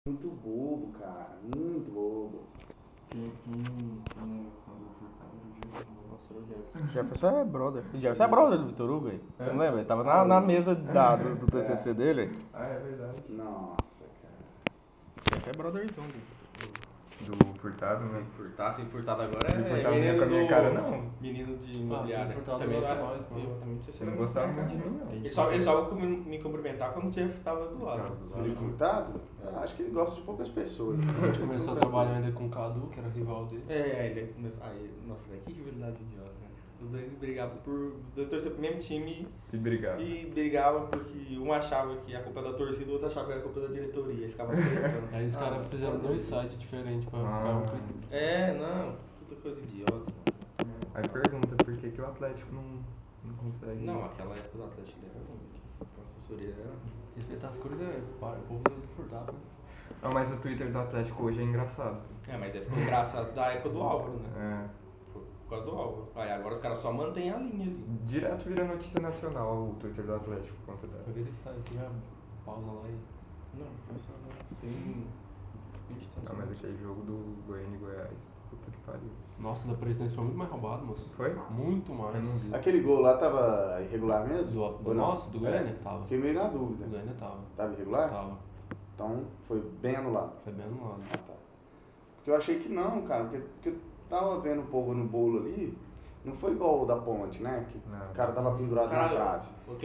Muito bobo, cara. Muito bobo. Jefferson é brother. Jefferson é brother do Vitor Hugo, aí. Você não lembra? Ele tava na mesa do TCC dele. Aí. Ah, é verdade. Nossa, cara. Jefferson é brotherzão Do Furtado, né? Furtado agora De é Furtado menino com a minha do... cara, não. Menino de imobiliária. Furtado Também gosta era- mais, mano. eu também não sei se Você ele não era gostava muito muito de cara. mim, não. Ele só me cumprimentar quando o Jeff estava do lado. Ele furtado? Acho que ele gosta de poucas pessoas. A gente começou a trabalhar ainda com o Cadu, que era rival dele. Ele começou. Nossa, velho, que rivalidade idiota, né? Os dois brigavam por. Os dois torciam pro mesmo time E brigado. e brigavam porque um achava que a culpa era da torcida e o outro achava que era a culpa da diretoria. Ficava tretando. Aí os caras fizeram dois sites diferentes pra ficar um clipe. Não, puta coisa idiota. Aí pergunta por que o Atlético não consegue. Não, aquela época do Atlético era ruim. A assessoria era. Respeitar as cores é para o povo do Furtado, né? Não, mas o Twitter do Atlético hoje é engraçado. Mas ficou engraçado da época do Álvaro, né? É. Por causa do Álvaro. Aí agora os caras só mantêm a linha ali. Direto vira notícia nacional o Twitter do Atlético por conta dela. Pra ver se você já pausa lá e... Não, só não. Tem 20 tantos. Não, mas aquele jogo do Goiânia e Goiás, puta que pariu. Nossa, da presidência foi muito mais roubado, moço. Foi? Muito mais. Eu não vi. Aquele gol lá tava irregular mesmo? Do Ou não? nosso, do Goiânia? Tava. Fiquei meio na Do dúvida. Goiânia tava. Tava irregular? Tava. Então foi bem anulado. Foi bem anulado. Ah, tá. Porque eu achei que não, cara. Porque eu tava vendo o povo no bolo ali. Não foi igual o da ponte, né? Que Não. o cara tava pendurado na Caralho, trave.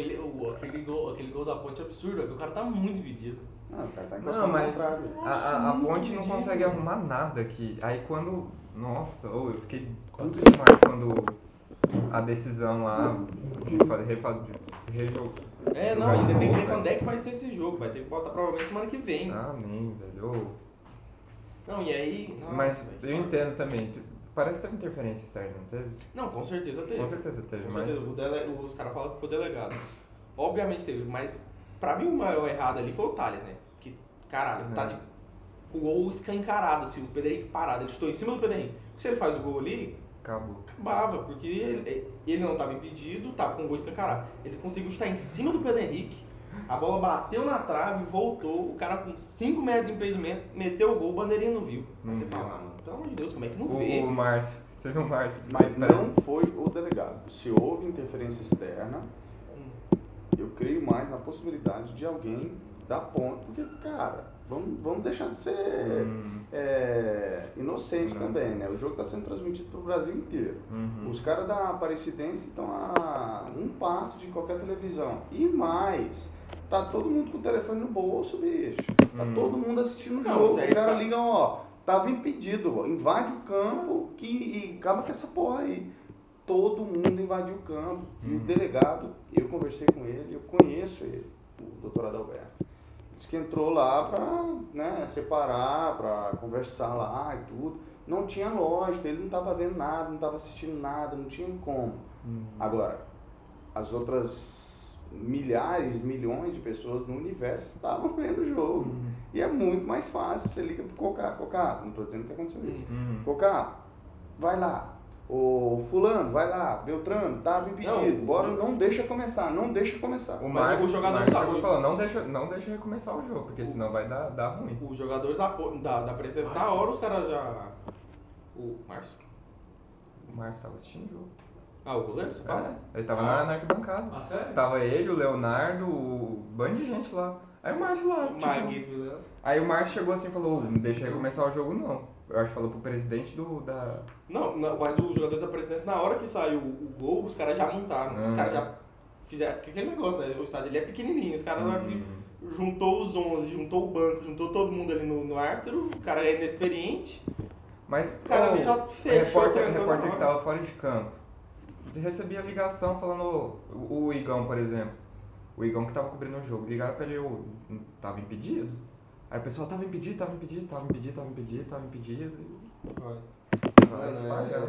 aquele gol da ponte é absurdo, é que o cara tá muito impedido. Não, o cara tá Não, encostando na mas trave. a muito ponte não ridículo. consegue arrumar nada aqui. Aí quando. Nossa, eu fiquei Quase puto demais quando a decisão lá de rejogo. Não, ainda tem que ver quando é que vai ser esse jogo. Vai ter que botar provavelmente semana que vem. Ah, nem, velho. Ô. Não, e aí. Nossa, Mas velho, eu entendo também. Parece que teve interferência externa, não teve? Não, com certeza teve. Com certeza teve, Com mas. certeza. Os caras falam que foi o delegado. Obviamente teve, mas pra mim o maior errado ali foi o Thales, né? Que, caralho, tá de. O gol escancarado, assim, o Pedro Henrique parado. Ele estou em cima do Pedro Henrique. Porque se ele faz o gol ali, Acabou. acabava, porque ele não estava impedido, tava com o gol escancarado. Ele conseguiu estar em cima do Pedro Henrique, a bola bateu na trave, voltou, o cara com 5 metros de impedimento, meteu o gol, o bandeirinha não viu. Aí você fala, mano, pelo amor de Deus, como é que não vê? O Márcio. Você viu o Márcio? Mas Parece- não foi o delegado. Se houve interferência externa, eu creio mais na possibilidade de alguém dar ponto. Porque, cara, vamos deixar de ser inocente Nossa. também, né? O jogo está sendo transmitido para o Brasil inteiro. Uhum. Os caras da Aparecidense estão a um passo de qualquer televisão. E mais, tá todo mundo com o telefone no bolso, bicho. Tá todo mundo assistindo o Não, jogo. isso aí O cara tá- liga, ó, tava impedido, ó, invade o campo e acaba com essa porra aí. Todo mundo invadiu o campo. E o delegado, eu conversei com ele, eu conheço ele, o doutor Adalberto. Diz que entrou lá pra, né, separar, pra conversar lá e tudo. Não tinha lógica, ele não estava vendo nada, não estava assistindo nada, não tinha como. Agora, as outras milhares, milhões de pessoas no universo estavam vendo o jogo. E é muito mais fácil, você liga pro Cocá, não estou dizendo que aconteceu isso. Cocá, vai lá. Ô fulano, vai lá. Beltrano, tava impedido. Bora, não deixa começar, não deixa começar. O Mas Márcio, o jogador Márcio sabe- chegou e falou, não deixa recomeçar o jogo, porque senão vai dar ruim. Os jogadores da presidência, na hora os caras já... O Márcio? O Márcio tava assistindo o jogo. Ah, o goleiro, você fala? É, ele tava na arquibancada. Ah, sério? Tava ele, o Leonardo, o bando de gente lá. Aí o Márcio lá, O tipo, Maguito, Vilela. aí o Márcio chegou assim e falou, não deixa recomeçar o jogo não. Eu acho que falou pro presidente da... Não, mas os jogadores da presidência, na hora que saiu o gol, os caras já montaram. Os caras já fizeram. Porque aquele negócio, né? O estádio ele é pequenininho. Os caras na hora que juntou os 11, juntou o banco, juntou todo mundo ali no árbitro. O cara é inexperiente. Mas O cara já o fechou. repórter, trancou na repórter que hora. tava fora de campo, recebia ligação falando, o Igão, por exemplo, o Igão que tava cobrindo o jogo, ligaram pra ele, tava impedido? Aí o pessoal tava impedido. Vai. Vai Mano, espalhando.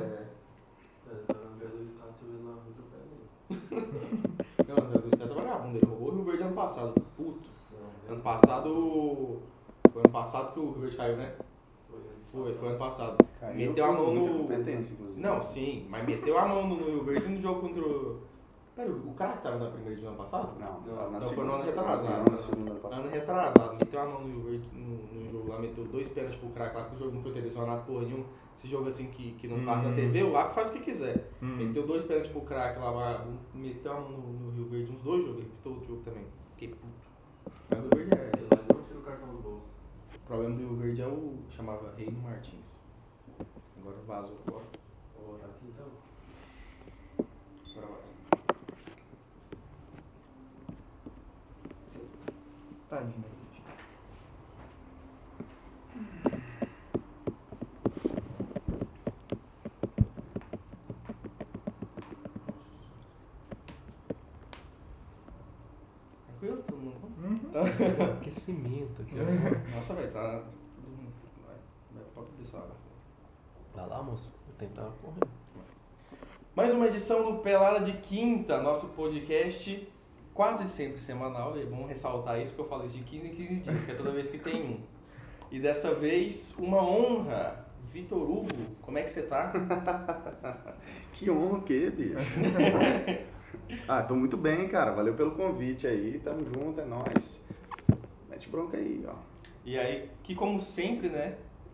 Não, o jogador desse cara tá vagabundo. Ele roubou o Rio Verde ano passado. Puto. Ano passado. Foi ano passado que o Rio Verde caiu, né? Foi ano passado. Caiu Meteu a com mão muita no. competência, inclusive. Não, sim, mas meteu a mão no Rio Verde no jogo contra o. Pera, o cara que tava na primeira divisão ano passado? Não, Não, na foi segunda. no ano retrasado. Não, na segunda ano passado. Ano retrasado, meteu a mão no jogo lá, meteu 2 pênaltis pro craque lá, que o jogo não foi televisionado porra nenhuma. Esse jogo assim que não passa na TV, o árbitro faz o que quiser. Meteu 2 pênaltis pro craque lá, meteu a mão no Rio Verde, uns 2 jogos, ele pitou outro jogo também. Fiquei puto. Mas o Rio Verde é. Ele lá não tira o cartão do bolso. O problema do Rio Verde é o. Chamava Reino Martins. Agora vazou fora. Vou botar aqui então. Agora vai. Tadinho desse time. Tranquilo? Todo mundo bom? Fazer um aquecimento aqui, ó. Nossa, velho, tá tudo. Vai, pode beber sua água. Vai lá, moço. O tempo tá correndo. Mais uma edição do Pelada de Quinta, nosso podcast quase sempre semanal. E é bom ressaltar isso porque eu falo isso de 15 em 15 dias, que é toda vez que tem um. E dessa vez, uma honra. Vitor Hugo, como é que você tá? Que honra o quê, bicho? Tô muito bem, cara. Valeu pelo convite aí. Tamo junto, é nóis. Mete bronca aí, ó. E aí, que como sempre, né,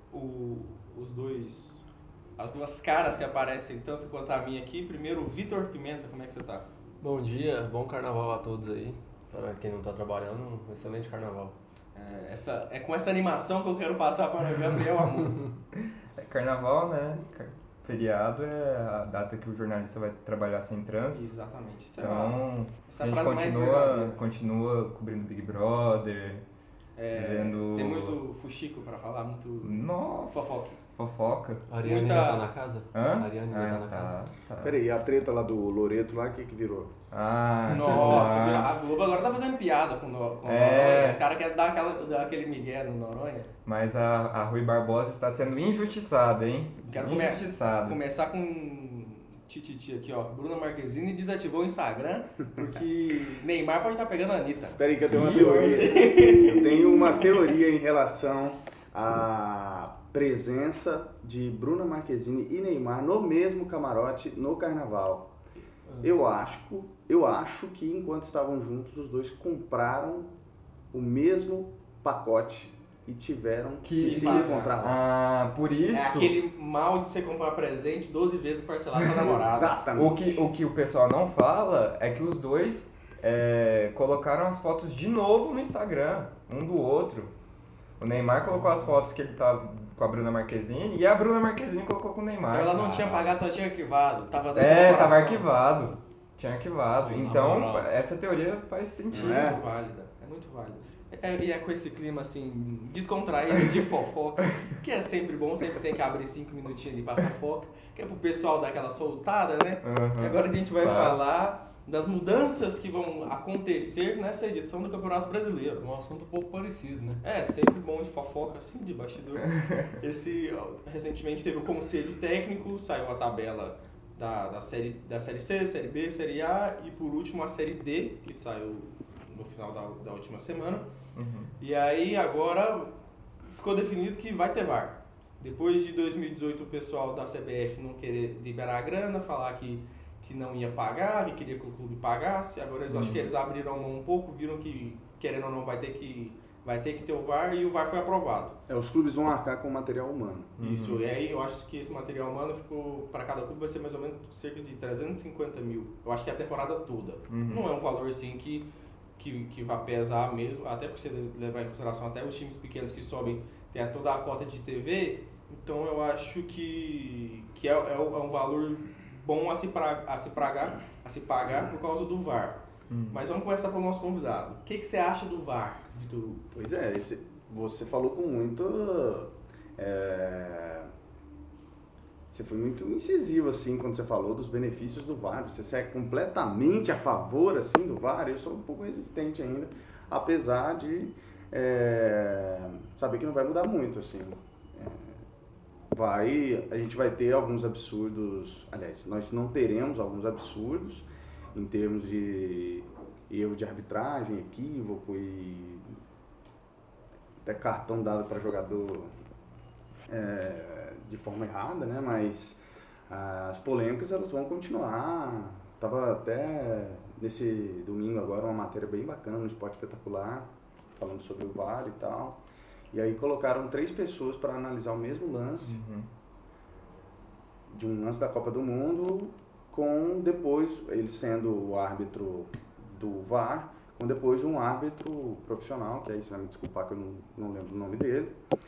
as duas caras que aparecem tanto quanto a minha aqui. Primeiro, o Vitor Pimenta, como é que você tá? Bom dia, bom carnaval a todos aí. Para quem não tá trabalhando, um excelente carnaval. É com essa animação que eu quero passar para o Gabriel Amor. Carnaval, né? Feriado é a data que o jornalista vai trabalhar sem trânsito. Exatamente. Isso Então, essa a gente frase mais verdadeira. continua cobrindo Big Brother, vendo... Tem muito fuxico pra falar, muito Nossa! fofoca. A Ariane Muita- ainda tá na casa? Hã? A Ariane ainda tá na casa. Tá. Peraí, a treta lá do Loreto lá, o que virou? Nossa, tá. a Globo agora tá fazendo piada com o É. Noronha. Os caras querem dar aquele migué no Noronha. Mas a Rui Barbosa está sendo injustiçada, hein? Quero Injustiçada. começar com Tititi aqui, ó. Bruna Marquezine desativou o Instagram porque Neymar pode estar pegando a Anitta. Peraí que eu tenho uma teoria. Eu tenho uma teoria em relação à presença de Bruna Marquezine e Neymar no mesmo camarote no carnaval. Eu acho que enquanto estavam juntos, os dois compraram o mesmo pacote e tiveram que se encontrar lá. Por isso... É aquele mal de você comprar presente 12 vezes parcelado pra namorada. Exatamente. O que o pessoal não fala é que os dois colocaram as fotos de novo no Instagram, um do outro. O Neymar colocou as fotos que ele tava com a Bruna Marquezine e a Bruna Marquezine colocou com o Neymar. Então ela não tinha pagado, só tinha arquivado. Tava dentro do Tava coração. arquivado. Tinha arquivado. Na Então, moral. essa teoria faz sentido. Não é? Muito válida, é muito válida. E é com esse clima assim, descontraído de fofoca, que é sempre bom, sempre tem que abrir 5 minutinhos ali pra fofoca, que é pro pessoal dar aquela soltada, né? Uhum. Que agora a gente vai Claro. falar das mudanças que vão acontecer nessa edição do Campeonato Brasileiro. Um assunto um pouco parecido, né? É, sempre bom de fofoca, assim, de bastidor. Recentemente teve o conselho técnico, saiu a tabela da série C, Série B, Série A e por último a Série D, que saiu no final da última semana. Uhum. E aí agora ficou definido que vai ter VAR. Depois de 2018 o pessoal da CBF não querer liberar a grana, falar que não ia pagar, que queria que o clube pagasse. Agora eles acho que eles abriram a mão um pouco, viram que querendo ou não vai ter que ter o VAR e o VAR foi aprovado. Os clubes vão arcar com material humano. Isso, e aí eu acho que esse material humano ficou, para cada clube vai ser mais ou menos cerca de 350 mil. Eu acho que é a temporada toda. Não é um valor assim que vai pesar mesmo, até porque você levar em consideração até os times pequenos que sobem, tem toda a cota de TV, então eu acho que é um valor bom a se pagar por causa do VAR. Mas vamos começar pelo nosso convidado. O que você acha do VAR, Vitor Hugo? Pois é, você falou com muito... Você foi muito incisivo, assim, quando você falou dos benefícios do VAR. Você é completamente a favor, assim, do VAR. Eu sou um pouco resistente ainda, apesar de saber que não vai mudar muito, assim. A gente vai ter alguns absurdos, aliás, nós não teremos alguns absurdos em termos de erro de arbitragem, equívoco e até cartão dado para jogador de forma errada, né? Mas as polêmicas elas vão continuar Tava até nesse domingo agora uma matéria bem bacana no Esporte Espetacular, falando sobre o VAR e tal. E aí colocaram 3 pessoas para analisar o mesmo lance, de um lance da Copa do Mundo, com depois, ele sendo o árbitro do VAR, com depois um árbitro profissional, que aí você vai me desculpar que eu não lembro o nome dele,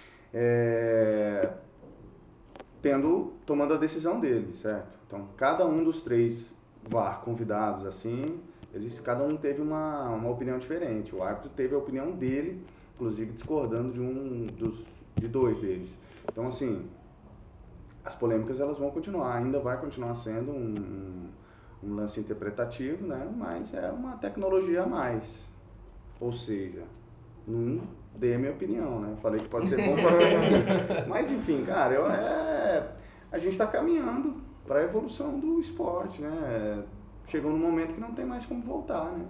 tomando a decisão dele, certo? Então, cada um dos 3 VAR convidados, assim, cada um teve uma opinião diferente. O árbitro teve a opinião dele, inclusive discordando de 2 deles. Então, assim, as polêmicas elas vão continuar, ainda vai continuar sendo um lance interpretativo, né? Mas é uma tecnologia a mais. Ou seja, não dei a minha opinião, né? Falei que pode ser bom, pode ser ruim. Mas enfim, cara, a gente está caminhando para a evolução do esporte, né? Chegou num momento que não tem mais como voltar, né?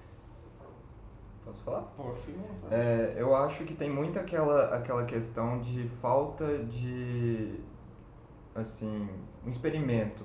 Posso falar? Pô, filho, Eu acho que tem muito aquela questão de falta de, assim, um experimento.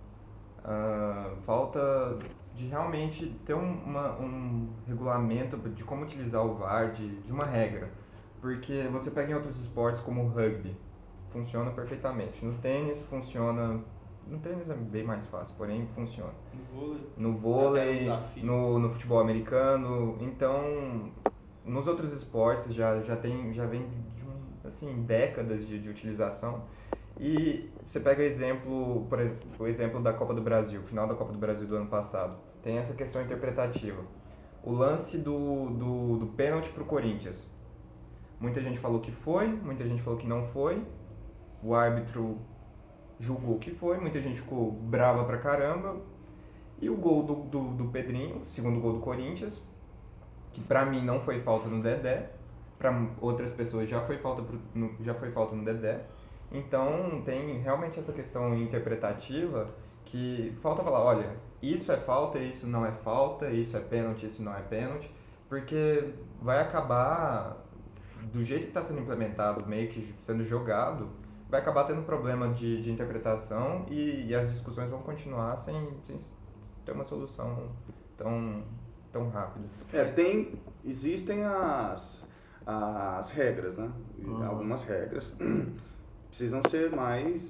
Falta de realmente ter um regulamento de como utilizar o VAR, de uma regra. Porque você pega em outros esportes como o rugby, funciona perfeitamente. No tênis funciona... No tênis é bem mais fácil, porém funciona. No vôlei, no futebol americano. Então, nos outros esportes já vem de assim, décadas de utilização. E você pega exemplo, por exemplo, o exemplo da Copa do Brasil, final da Copa do Brasil do ano passado. Tem essa questão interpretativa. O lance do pênalti pro Corinthians. Muita gente falou que foi, muita gente falou que não foi. O árbitro julgou que foi, muita gente ficou brava pra caramba. E o gol do Pedrinho, segundo gol do Corinthians, que pra mim não foi falta no Dedé, pra outras pessoas já foi falta no Dedé. Então tem realmente essa questão interpretativa que falta falar, olha, isso é falta, isso não é falta, isso é pênalti, isso não é pênalti, porque vai acabar, do jeito que está sendo implementado, meio que sendo jogado, vai acabar tendo problema de interpretação e as discussões vão continuar sem ter uma solução tão rápida. Existem as regras, né? Algumas regras precisam ser mais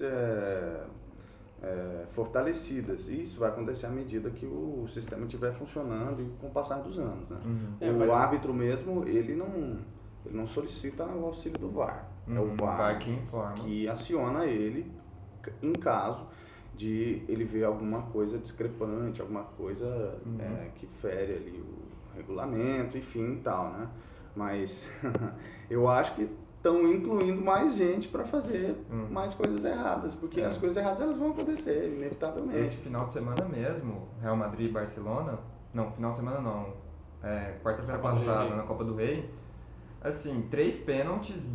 fortalecidas. E isso vai acontecer à medida que o sistema estiver funcionando e com o passar dos anos, né? O árbitro mesmo, ele não solicita o auxílio do VAR. É o VAR que aciona ele em caso de ele ver alguma coisa discrepante, alguma coisa que fere ali o regulamento, enfim e tal, né? Mas eu acho que estão incluindo mais gente para fazer mais coisas erradas, porque as coisas erradas elas vão acontecer, inevitavelmente. Esse final de semana mesmo, Real Madrid e Barcelona, não, final de semana não, quarta-feira passada, na Copa do Rei, assim, 3 pênaltis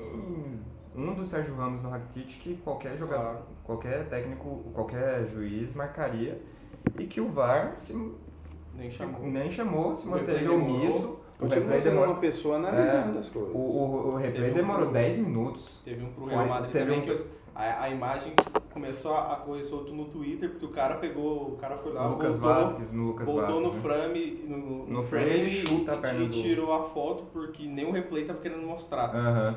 um do Sérgio Ramos no Rakitic que qualquer jogador, qualquer técnico, qualquer juiz marcaria, e que o VAR nem chamou, se manteve omisso. Continua sendo uma pessoa analisando as coisas. O replay demorou 10 minutos. Teve um pro Real Madrid também que a imagem começou a correr solto no Twitter, porque o cara foi lá, voltou no frame, no frame ele chuta a perna e tirou a foto porque nem o replay tava querendo mostrar.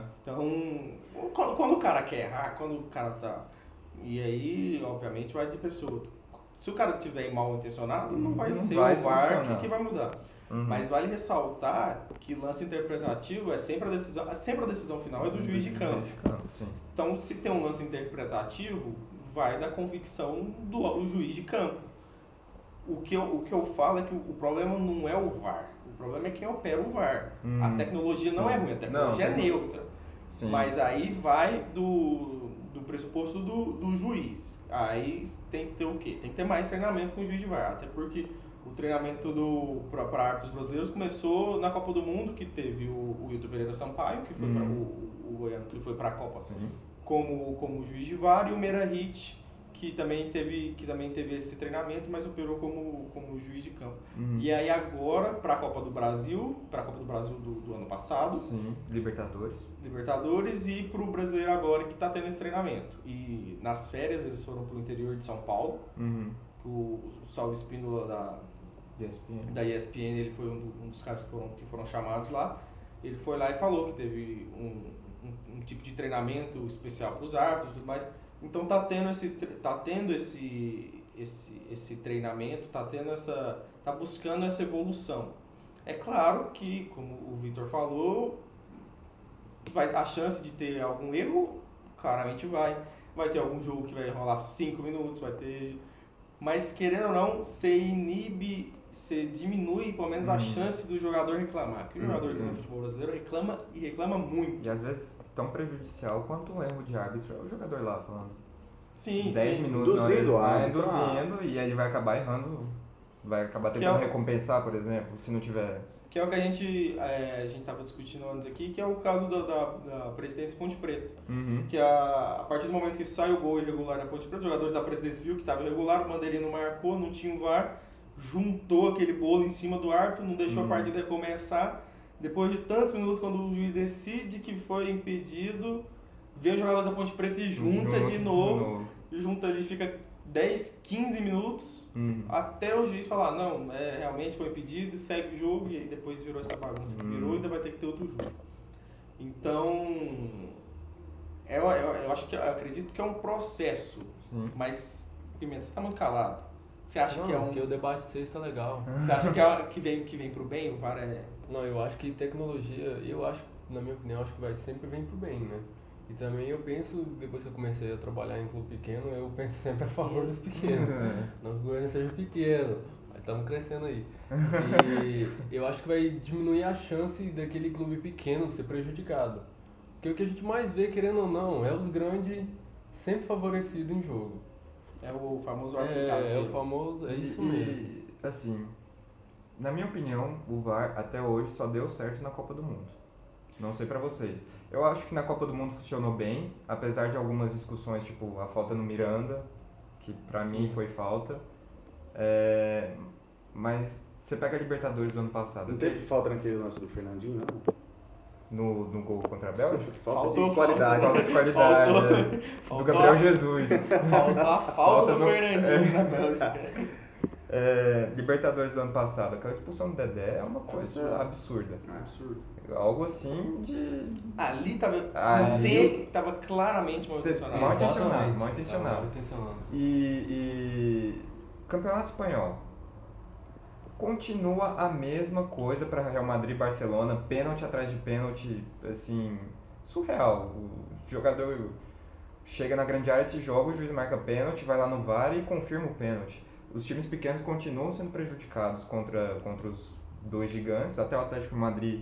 Então, quando o cara quer errar, quando o cara tá... E aí, obviamente, vai de pessoa. Se o cara tiver mal intencionado, não vai ser o VAR que vai mudar. Mas vale ressaltar que lance interpretativo sempre a decisão final é do juiz de campo. Então, se tem um lance interpretativo, vai da convicção do juiz de campo. O que eu falo é que o problema não é o VAR, o problema é quem opera o VAR. A tecnologia não é ruim, a tecnologia é neutra. Mas aí vai do pressuposto do juiz. Aí tem que ter o quê? Tem que ter mais treinamento com o juiz de VAR, até porque o treinamento para árbitros brasileiros começou na Copa do Mundo, que teve o Wilton Pereira Sampaio, que foi para o goiano, que foi para a Copa como juiz de VAR, e o Merahit, que também teve esse treinamento, mas operou como juiz de campo. E aí agora, para a Copa do Brasil do ano passado, Libertadores e para o brasileiro agora que está tendo esse treinamento. E nas férias eles foram para o interior de São Paulo, o Saulo Espíndola da ESPN, ele foi um dos caras que foram chamados lá. Ele foi lá e falou que teve um tipo de treinamento especial para os árbitros e tudo mais. Então tá tendo esse treinamento, tá buscando essa evolução. É claro que, como o Vitor falou, a chance de ter algum erro, claramente vai ter algum jogo que vai rolar 5 minutos, mas querendo ou não, você diminui pelo menos a chance do jogador reclamar. Porque o jogador no futebol brasileiro reclama muito. E às vezes tão prejudicial quanto um erro de árbitro é o jogador lá falando. Sim, 10 minutos induzindo na hora, árbitro. induzindo, e ele vai acabar errando, vai acabar tentando recompensar, por exemplo, se não tiver. Que é o que a gente estava discutindo antes aqui, que é o caso da Presidência Ponte Preta. Que a partir do momento que sai o gol irregular da Ponte Preta, os jogadores da Presidência viu que estava irregular, o bandeirinha não marcou, não tinha um VAR, juntou aquele bolo em cima do árbitro, não deixou a partida recomeçar. Depois de tantos minutos, quando o juiz decide que foi impedido, vem os jogadores da Ponte Preta e junta de novo. E junta ali, fica 10, 15 minutos, até o juiz falar, não, realmente foi impedido, segue o jogo, e aí depois virou essa bagunça que virou e ainda vai ter que ter outro jogo. Então, eu acredito que é um processo, mas, Pimenta, você está muito calado. Você acha que é porque o debate de vocês tá legal. Você acha que vem pro bem? O VAR é... Não, eu acho que tecnologia, na minha opinião, acho que vai sempre vem pro bem, né? E também eu penso, depois que eu comecei a trabalhar em clube pequeno, eu penso sempre a favor dos pequenos. Não que o Goiânia seja pequeno, mas estamos crescendo aí. E eu acho que vai diminuir a chance daquele clube pequeno ser prejudicado. Porque o que a gente mais vê, querendo ou não, é os grandes sempre favorecidos em jogo. É o famoso árbitro caseiro. É o famoso, é isso mesmo. E, assim, na minha opinião, o VAR até hoje só deu certo na Copa do Mundo. Não sei pra vocês. Eu acho que na Copa do Mundo funcionou bem, apesar de algumas discussões, tipo a falta no Miranda, que pra mim foi falta. Mas você pega a Libertadores do ano passado. Não teve falta naquele lance do Fernandinho, não? No gol contra a Bélgica? Falta de qualidade. Falta de qualidade. Do Gabriel Jesus. A falta do Fernandinho na Bélgica. Libertadores do ano passado, aquela expulsão do Dedé é uma coisa absurda. Absurdo. Algo assim de... Ali tava claramente mal intencionado. Mal intencionado. E Campeonato Espanhol. Continua a mesma coisa para Real Madrid e Barcelona, pênalti atrás de pênalti, assim, surreal. O jogador chega na grande área, se joga, o juiz marca pênalti, vai lá no VAR e confirma o pênalti. Os times pequenos continuam sendo prejudicados contra os dois gigantes, até o Atlético de Madrid,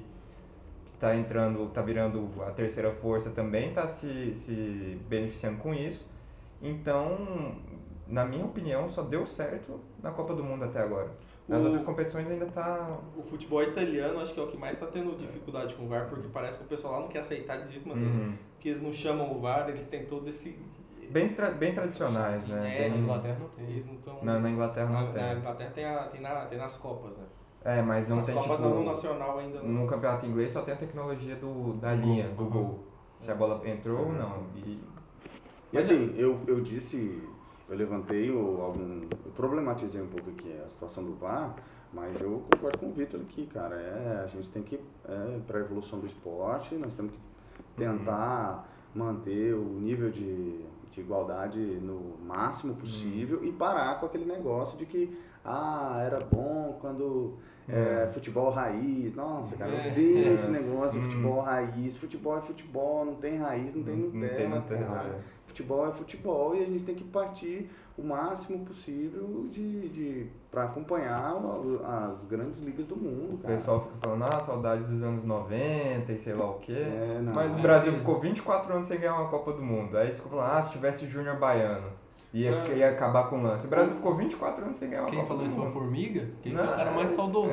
que tá virando a terceira força, também está se beneficiando com isso. Então, na minha opinião, só deu certo na Copa do Mundo até agora. Nas outras competições ainda tá... O futebol italiano acho que é o que mais está tendo dificuldade com o VAR, porque parece que o pessoal lá não quer aceitar de jeito nenhum. Porque eles não chamam o VAR, eles têm todo esse... Bem tradicionais, né? Na Inglaterra não tem. Eles não estão... Na Inglaterra não tem. Na Inglaterra tem nas Copas, né? Mas não nas tem, Copas tipo... No nacional ainda não. No campeonato inglês só tem a tecnologia da linha, do gol. Se a bola entrou ou não. E assim, eu levantei eu problematizei um pouco aqui a situação do VAR, mas eu concordo com o Vitor aqui, cara. A gente tem que, para a evolução do esporte, nós temos que tentar manter o nível de igualdade no máximo possível e parar com aquele negócio de que era bom quando futebol raiz. Nossa, cara, eu odeio esse negócio de futebol raiz. Futebol é futebol, não tem raiz, não tem Nutella, cara. Futebol é futebol e a gente tem que partir o máximo possível para acompanhar as grandes ligas do mundo, cara. O pessoal fica falando, saudade dos anos 90 e sei lá o quê. Mas o É, Brasil ficou 24 anos sem ganhar uma Copa do Mundo. Aí ficou falando, se tivesse o Júnior Baiano, ia acabar com o lance. O Brasil ficou 24 anos sem ganhar uma Quem Copa falou do isso foi Mundo. a Formiga? Quem Não. foi o cara mais saudoso?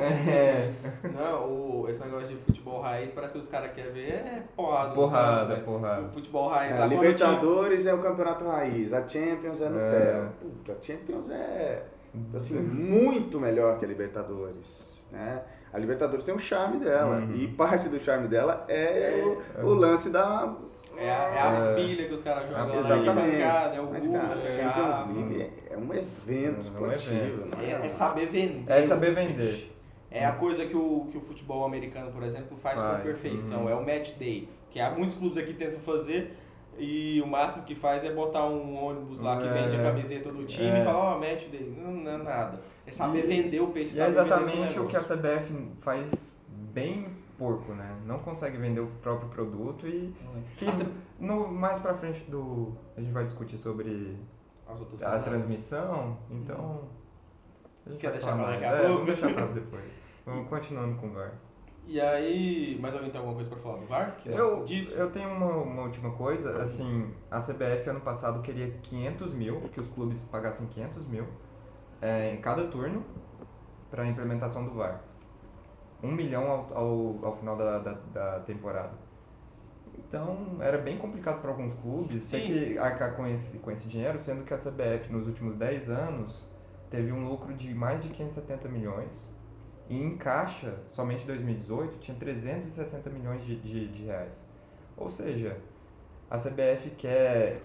Não, esse negócio de futebol raiz, parece que os caras querem ver porrada. Porrada. O futebol raiz A lá Libertadores é o campeonato raiz, a Champions é Nutella. Puta, a Champions é assim, muito melhor que a Libertadores, né? A Libertadores tem um charme dela e parte do charme dela é o lance da É a pilha que os caras jogam lá, Exatamente. é o Mas, cara, Gusco, a Champions League é um evento esportivo. Não É saber vender. É saber vender. É a coisa que o futebol americano, por exemplo, faz com perfeição. É o match day, que muitos clubes aqui tentam fazer e o máximo que faz é botar um ônibus lá que vende a camiseta do time e falar, match day. Não é nada. É saber vender o peixe. E é exatamente o que a CBF faz bem porco, né? Não consegue vender o próprio produto e que mais pra frente a gente vai discutir sobre as outras a transmissão, então a gente quer vai deixar falar pra mais. daqui a pouco? Vamos deixar pra depois. Vamos continuando com o VAR. E aí, mais alguém tem alguma coisa pra falar do VAR? Eu tenho uma última coisa, assim, a CBF ano passado queria 500 mil, que os clubes pagassem 500 mil em cada turno para a implementação do VAR. 1 milhão ao final da temporada. Então, era bem complicado para alguns clubes ter que arcar com esse dinheiro, sendo que a CBF, nos últimos 10 anos, teve um lucro de mais de 570 milhões e em caixa, somente em 2018, tinha 360 milhões de reais. Ou seja, a CBF quer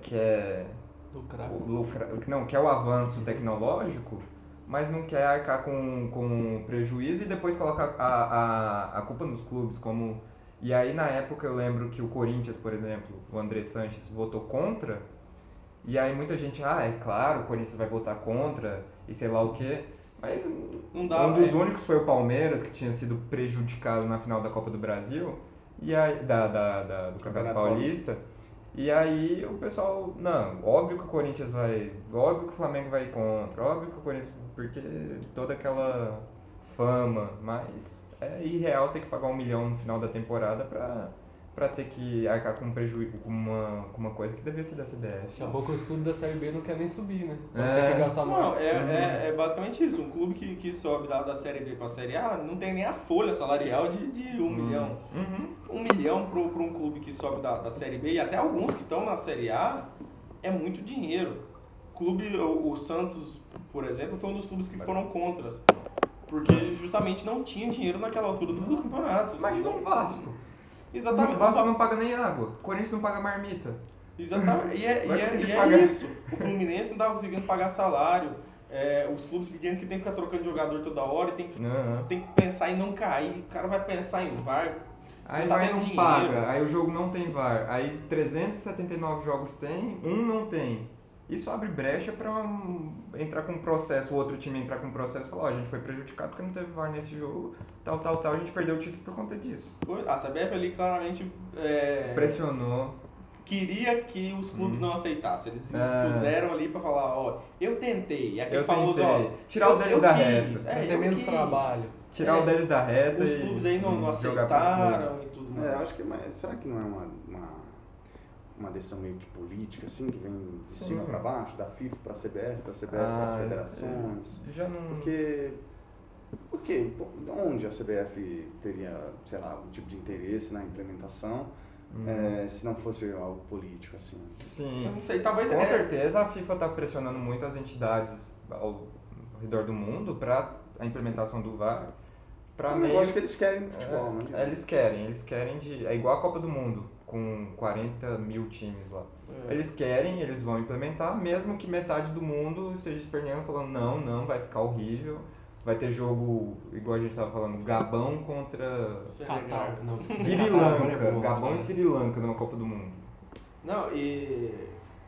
o avanço tecnológico, mas não quer arcar com prejuízo e depois colocar a culpa nos clubes. E aí, na época, eu lembro que o Corinthians, por exemplo, o André Sanches votou contra, e aí muita gente, é claro, o Corinthians vai votar contra, e sei lá o quê, mas um dos únicos foi o Palmeiras, que tinha sido prejudicado na final da Copa do Brasil, e aí, do Campeonato Paulista. E aí o pessoal, não, óbvio que o Corinthians óbvio que o Flamengo vai contra, óbvio que o Corinthians, porque toda aquela fama, mas é irreal ter que pagar 1 milhão no final da temporada pra ter que arcar com um prejuízo, com uma coisa que devia ser da CBF. Daqui a pouco os clubes da Série B não querem nem subir, né? Então tem que gastar mais. Não, é basicamente isso. Um clube que sobe da Série B pra Série A não tem nem a folha salarial de 1 milhão. 1 milhão para um clube que sobe da Série B e até alguns que estão na Série A é muito dinheiro. O Santos, por exemplo, foi um dos clubes que foram contras. Porque justamente não tinha dinheiro naquela altura do campeonato. Imagina o Vasco. Exatamente. O Vasco não paga nem água, o Corinthians não paga marmita. Exatamente. E é isso. O Fluminense não estava conseguindo pagar salário. Os clubes pequenos que tem que ficar trocando jogador toda hora e tem que pensar em não cair. O cara vai pensar em VAR. Aí não paga, aí o jogo não tem VAR. Aí 379 jogos tem, um não tem. Isso abre brecha para entrar com um processo, o outro time entrar com um processo e falar, a gente foi prejudicado porque não teve VAR nesse jogo, tal, a gente perdeu o título por conta disso. A CBF ali claramente pressionou. Queria que os clubes não aceitassem. Eles puseram ali para falar, eu tentei. E aquele famoso, tirar o deles da reta. Ter menos trabalho. Tirar o deles da reta. Os clubes aí não aceitaram e tudo mais. Acho que, mas será que não é uma decisão meio que política, assim, que vem de cima para baixo, da FIFA para a CBF, da CBF para as federações? Já não... Porque onde a CBF teria, sei lá, algum tipo de interesse na implementação, se não fosse algo político, assim? Sim, eu não sei, talvez com certeza a FIFA está pressionando muito as entidades ao redor do mundo para a implementação do VAR. Eu acho que eles querem no futebol, né? Eles querem é igual a Copa do Mundo, com 40 mil times lá. Eles querem, eles vão implementar, mesmo que metade do mundo esteja esperneando, falando não, vai ficar horrível. Vai ter jogo, igual a gente estava falando, Gabão contra Sri Lanka. Gabão e Sri Lanka numa Copa do Mundo. Não, e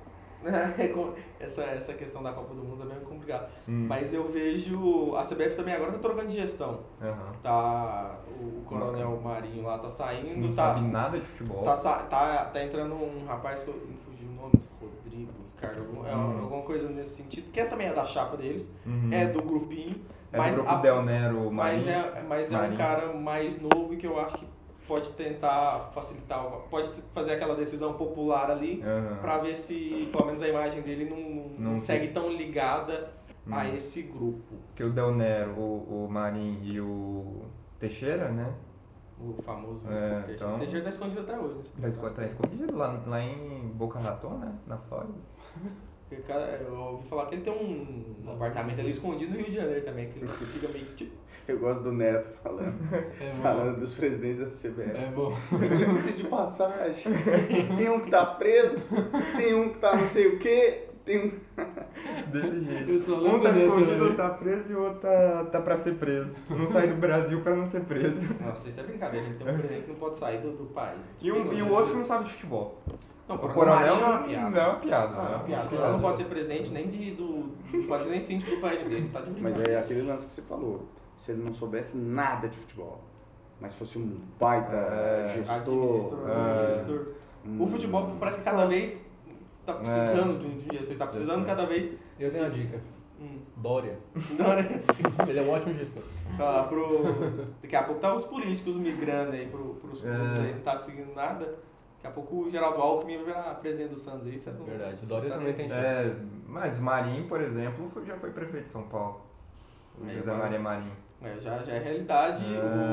essa questão da Copa do Mundo é meio complicada. Mas eu vejo, a CBF também agora tá trocando de gestão. Tá, o Coronel Marinho lá tá saindo. Não sabe nada de futebol. Tá entrando um rapaz que eu não fugi o nome, Rodrigo, Ricardo, alguma coisa nesse sentido, que também é da chapa deles, é do grupinho. Mas do grupo Del Nero, mas é um cara mais novo que eu acho que pode tentar facilitar, pode fazer aquela decisão popular ali para ver se pelo menos a imagem dele não segue tão ligada a esse grupo. Que o Del Nero, o Marinho e o Teixeira, né? O famoso Teixeira. Então, Teixeira tá escondido até hoje. Tá escondido lá em Boca Raton, né? Na Flórida. Eu ouvi falar que ele tem um apartamento ali escondido no Rio de Janeiro também, que ele fica meio que tipo... Eu gosto do Neto falando, falando dos presidentes da CBF. É bom. Não precisa de passagem. Tem um que tá preso, tem um que tá não sei o quê, tem um... Desse jeito. Eu só Um lembro tá dele escondido, também. outro tá preso e o outro tá pra ser preso. Não sai do Brasil pra não ser preso. Nossa, isso é brincadeira, a gente tem um presidente que não pode sair do país. E o outro que não sabe de futebol. Não, O coronel Marinho é uma piada. não é uma piada. Ah, é uma piada. Ele não pode ser presidente nem não pode ser nem síndico do prédio dele, tá de Mas brincadeira. é aquele lance que você falou. Se ele não soubesse nada de futebol, mas fosse um baita gestor... Gestor. O futebol parece que cada vez tá precisando de um gestor, tá precisando cada vez... Eu tenho uma dica. Dória. Dória. Ele é um ótimo gestor. Falar daqui a pouco tá os políticos migrando aí pros clubes aí, não tá conseguindo nada. Daqui a pouco o Geraldo Alckmin vai virar presidente do Santos aí, sabe? Verdade. O Dória também tem chance. Mas o Marinho, por exemplo, já foi prefeito de São Paulo. O José Maria Marinho. Já é realidade.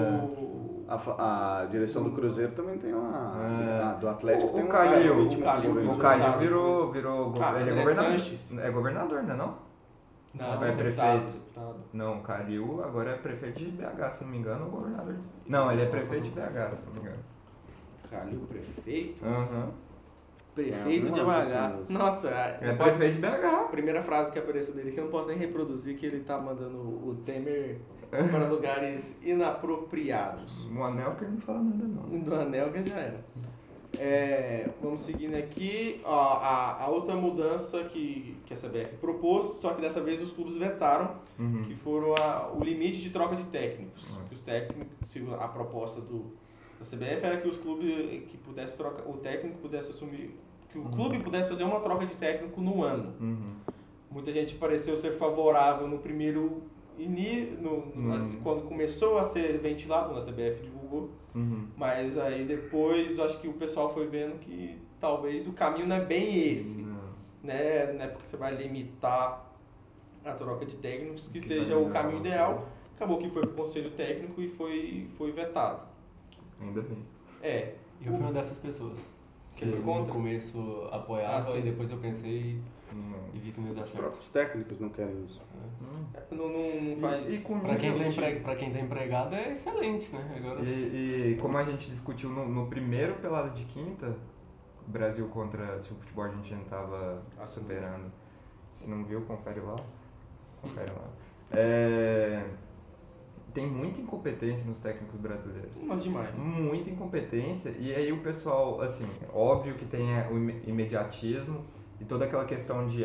A direção do Cruzeiro também tem uma... do Atlético tem O um Calil, ritmo do governo. o Calil virou ele é André governador. Sanches. É governador, não é não? Não, é deputado. Não, o Calil agora é prefeito de BH, se não me engano, ou governador. Não, ele é prefeito de BH, se não me engano. Calil, prefeito? Aham. Prefeito de nossa, BH. Nossa, É prefeito de BH. a primeira frase que apareceu dele que eu não posso nem reproduzir, que ele tá mandando o Temer para lugares inapropriados. O Anel que ele não fala nada não. Do Anel que já era. Vamos seguindo aqui. Ó, a outra mudança que a CBF propôs, só que dessa vez os clubes vetaram, que foram o limite de troca de técnicos. Que os técnicos, a proposta da CBF era que os clubes que pudesse trocar, o técnico pudesse assumir, que o clube pudesse fazer uma troca de técnico no ano. Muita gente pareceu ser favorável no primeiro quando começou a ser ventilado, quando a CBF divulgou, mas aí depois eu acho que o pessoal foi vendo que talvez o caminho não é bem esse, né? Não é porque você vai limitar a troca de técnicos que seja o caminho ideal. Acabou que foi pro conselho técnico e foi vetado. Ainda bem. E eu fui uma dessas pessoas. Você que foi contra? No começo apoiava sim. e depois eu pensei e vi que não ia dar Os certo. próprios técnicos não querem isso. Não faz... Pra quem tá empregado é excelente, né? Agora... E como a gente discutiu no primeiro pelada de quinta, Brasil contra se o futebol argentino tava superando. Se não viu, confere lá. Tem muita incompetência nos técnicos brasileiros. Mas demais. Muita incompetência. E aí o pessoal, assim, óbvio que tem o imediatismo e toda aquela questão de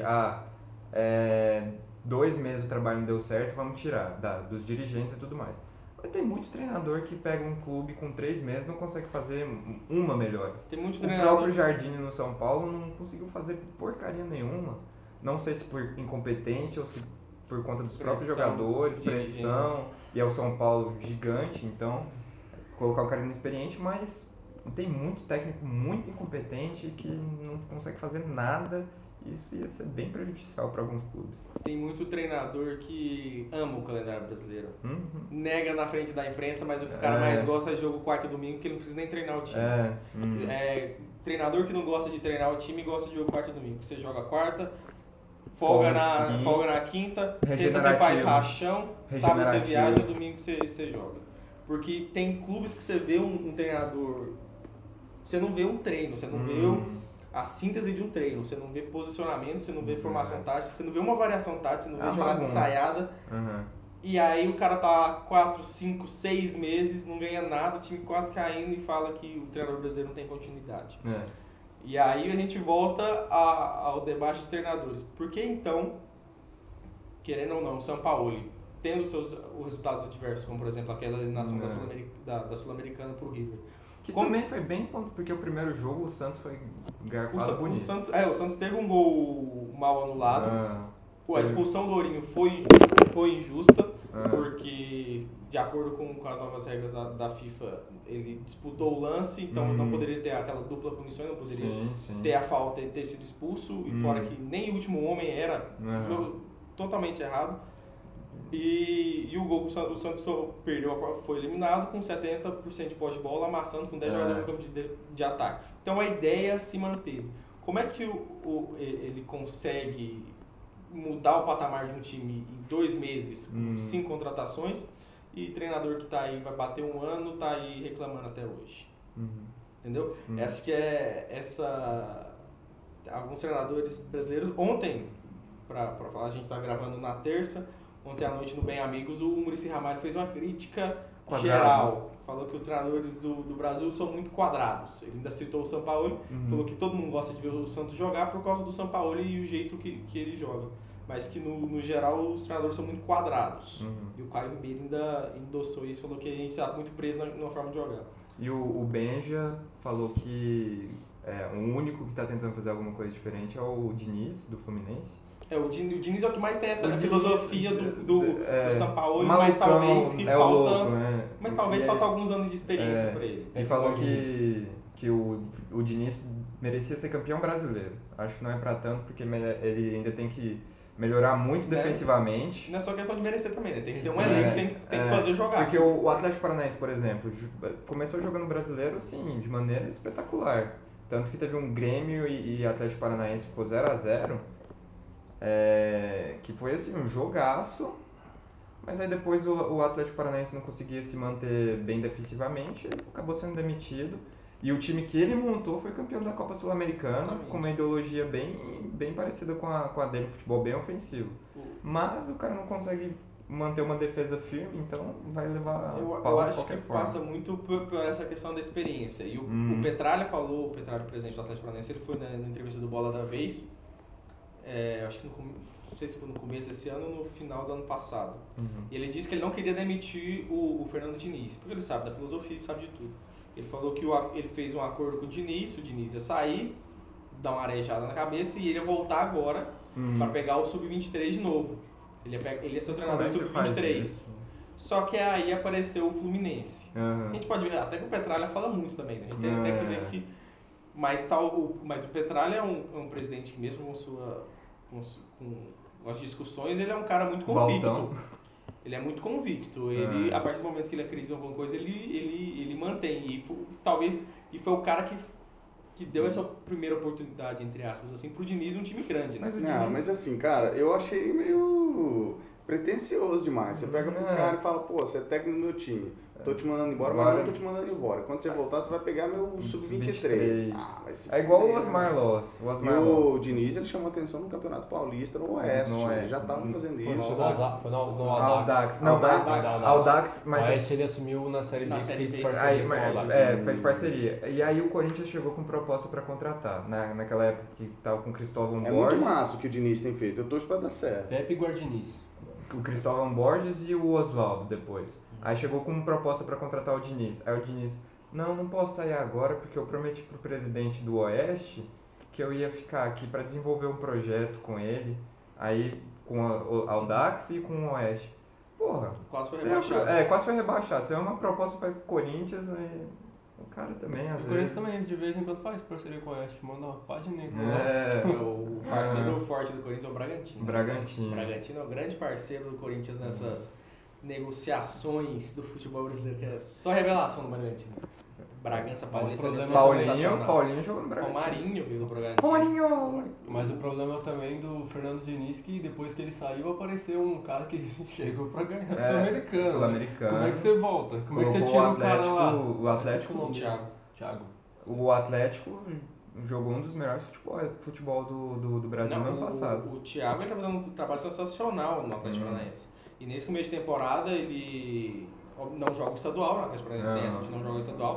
2 meses o trabalho não deu certo, vamos tirar dos dirigentes e tudo mais. Mas tem muito treinador que pega um clube com 3 meses e não consegue fazer uma melhor. Tem muito O treinador... próprio Jardine no São Paulo não conseguiu fazer porcaria nenhuma. Não sei se por incompetência ou se por conta dos próprios jogadores, pressão, e é o São Paulo gigante, então colocar o cara inexperiente, mas tem muito técnico muito incompetente que não consegue fazer nada. Isso ia ser bem prejudicial para alguns clubes. Tem muito treinador que ama o calendário brasileiro. Nega na frente da imprensa, mas o que o cara mais gosta é jogo quarta e domingo, que ele não precisa nem treinar o time. Treinador que não gosta de treinar o time gosta de jogo quarta e domingo. Você joga quarta, folga na quinta, sexta você faz rachão, sábado você viaja, domingo você joga. Porque tem clubes que você vê um treinador, você não vê um treino, você não vê a síntese de um treino, você não vê posicionamento, você não vê formação tática, você não vê uma variação tática, você não vê jogada ensaiada. E aí o cara tá 4, 5, 6 meses, não ganha nada, o time quase caindo e fala que o treinador brasileiro não tem continuidade. E aí a gente volta ao debate de treinadores. Por que então, querendo ou não, o Sampaoli, tendo os resultados adversos, como por exemplo aquela eliminação da Sul-Americana pro River. Que também foi bem, porque o primeiro jogo o Santos foi garfado bonito. O Santos teve um gol mal anulado. A expulsão do Ourinho foi injusta, porque de acordo com as novas regras da FIFA, ele disputou o lance, então não poderia ter aquela dupla punição, não poderia ter a falta e ter sido expulso, e fora que nem o último homem era, jogo totalmente errado. E o gol que o Santos perdeu foi eliminado com 70% de posse de bola, amassando com 10 jogadores no campo de ataque. Então a ideia se manteve. como é que ele consegue mudar o patamar de um time em 2 meses, com 5 contratações, e treinador que tá aí, vai bater 1 ano, tá aí reclamando até hoje. Entendeu? Acho que alguns treinadores brasileiros, ontem, pra falar, a gente tá gravando na terça, ontem à noite no Bem Amigos, o Muricy Ramalho fez uma crítica geral. Falou que os treinadores do Brasil são muito quadrados. Ele ainda citou o Sampaoli, falou que todo mundo gosta de ver o Santos jogar por causa do Sampaoli e o jeito que ele joga. Mas que no geral os treinadores são muito quadrados. E o Caio Ribeiro ainda endossou isso, falou que a gente está muito preso numa forma de jogar. E o Benja falou que o único que está tentando fazer alguma coisa diferente é o Diniz, do Fluminense. O Diniz é o que mais tem essa filosofia do Sampaoli, mas talvez que falta. Louco, né? Mas talvez falta alguns anos de experiência para ele. Ele falou que o Diniz merecia ser campeão brasileiro. Acho que não é para tanto, porque ele ainda tem que melhorar muito defensivamente. Não é só questão de merecer também, né? Tem que ter um elenco, tem que fazer jogar. Porque o Atlético Paranaense, por exemplo, começou jogando brasileiro, sim, de maneira espetacular. Tanto que teve um Grêmio e Atlético Paranaense ficou 0-0. Que foi assim, um jogaço, mas aí depois o Atlético Paranaense não conseguia se manter bem defensivamente, acabou sendo demitido, e o time que ele montou foi campeão da Copa Sul-Americana, com uma ideologia bem parecida com a dele, futebol bem ofensivo. Mas o cara não consegue manter uma defesa firme, então vai levar eu acho que passa muito por essa questão da experiência. E o Petralha falou, o Petralha, presidente do Atlético Paranaense, ele foi na entrevista do Bola da Vez, acho que não sei se foi no começo desse ano ou no final do ano passado. E ele disse que ele não queria demitir o Fernando Diniz, porque ele sabe da filosofia, sabe de tudo. Ele falou que ele fez um acordo com o Diniz ia sair, dar uma arejada na cabeça e ele ia voltar agora para pegar o Sub-23 de novo. Ele ia ser o treinador do Sub-23. Só que aí apareceu o Fluminense. A gente pode ver, até que o Petralha fala muito também, né? A gente tem até que ver que... Mas o Petralha é um presidente que mesmo com as discussões, ele é um cara muito convicto. Baltão. Ele é muito convicto. Ele, a partir do momento que ele acredita em alguma coisa, ele mantém. E foi o cara que deu essa primeira oportunidade, entre aspas, assim, pro Diniz, um time grande, né? Mas assim, cara, eu achei meio pretencioso demais. Você pega pro cara e fala, pô, você é técnico do meu time. Tô te mandando embora, mas não tô te mandando embora. Quando você voltar, você vai pegar meu Sub-23. É igual o Osmar Loss. E o Diniz, ele chamou atenção no Campeonato Paulista, no Oeste. Ele já tava fazendo isso. Foi no Audax. Audax, mas... O Oeste ele assumiu na Série B, fez parceria com o Audax. Fez parceria. E aí o Corinthians chegou com proposta pra contratar. Naquela época que tava com o Cristóvão Borges. É muito massa o que o Diniz tem feito. Eu torço pra dar certo. Pepe Guardiniz. O Cristóvão Borges e o Oswaldo depois. Aí chegou com uma proposta para contratar o Diniz. Aí o Diniz, não posso sair agora porque eu prometi pro presidente do Oeste que eu ia ficar aqui para desenvolver um projeto com ele, aí com o Audax e com o Oeste. Porra. Quase foi rebaixado. Quase foi rebaixado. Você é uma proposta para o Corinthians, aí o cara também, às vezes... O Corinthians também, de vez em quando, faz parceria com o Oeste, manda uma pá de negro. O parceiro forte do Corinthians é o Bragantino. Bragantino. O Bragantino é o grande parceiro do Corinthians nessas negociações do futebol brasileiro, que é só revelação do Bragantino. Bragança Paulista. Paulinho jogou no Bragantino. Palmarinho veio do Bragantino. Paulinho! Mas o problema também do Fernando Diniz, que depois que ele saiu, apareceu um cara que chegou pra ganhar o Sul-Americano. Como é que você volta? Como é que você tira um cara lá? O Atlético... Thiago. O Atlético jogou um dos melhores futebol do Brasil no ano passado. O Thiago está fazendo um trabalho sensacional no Atlético Paranaense. E nesse começo de temporada ele não joga o estadual, o Atlético Paranaense tem essa, a gente não joga o estadual.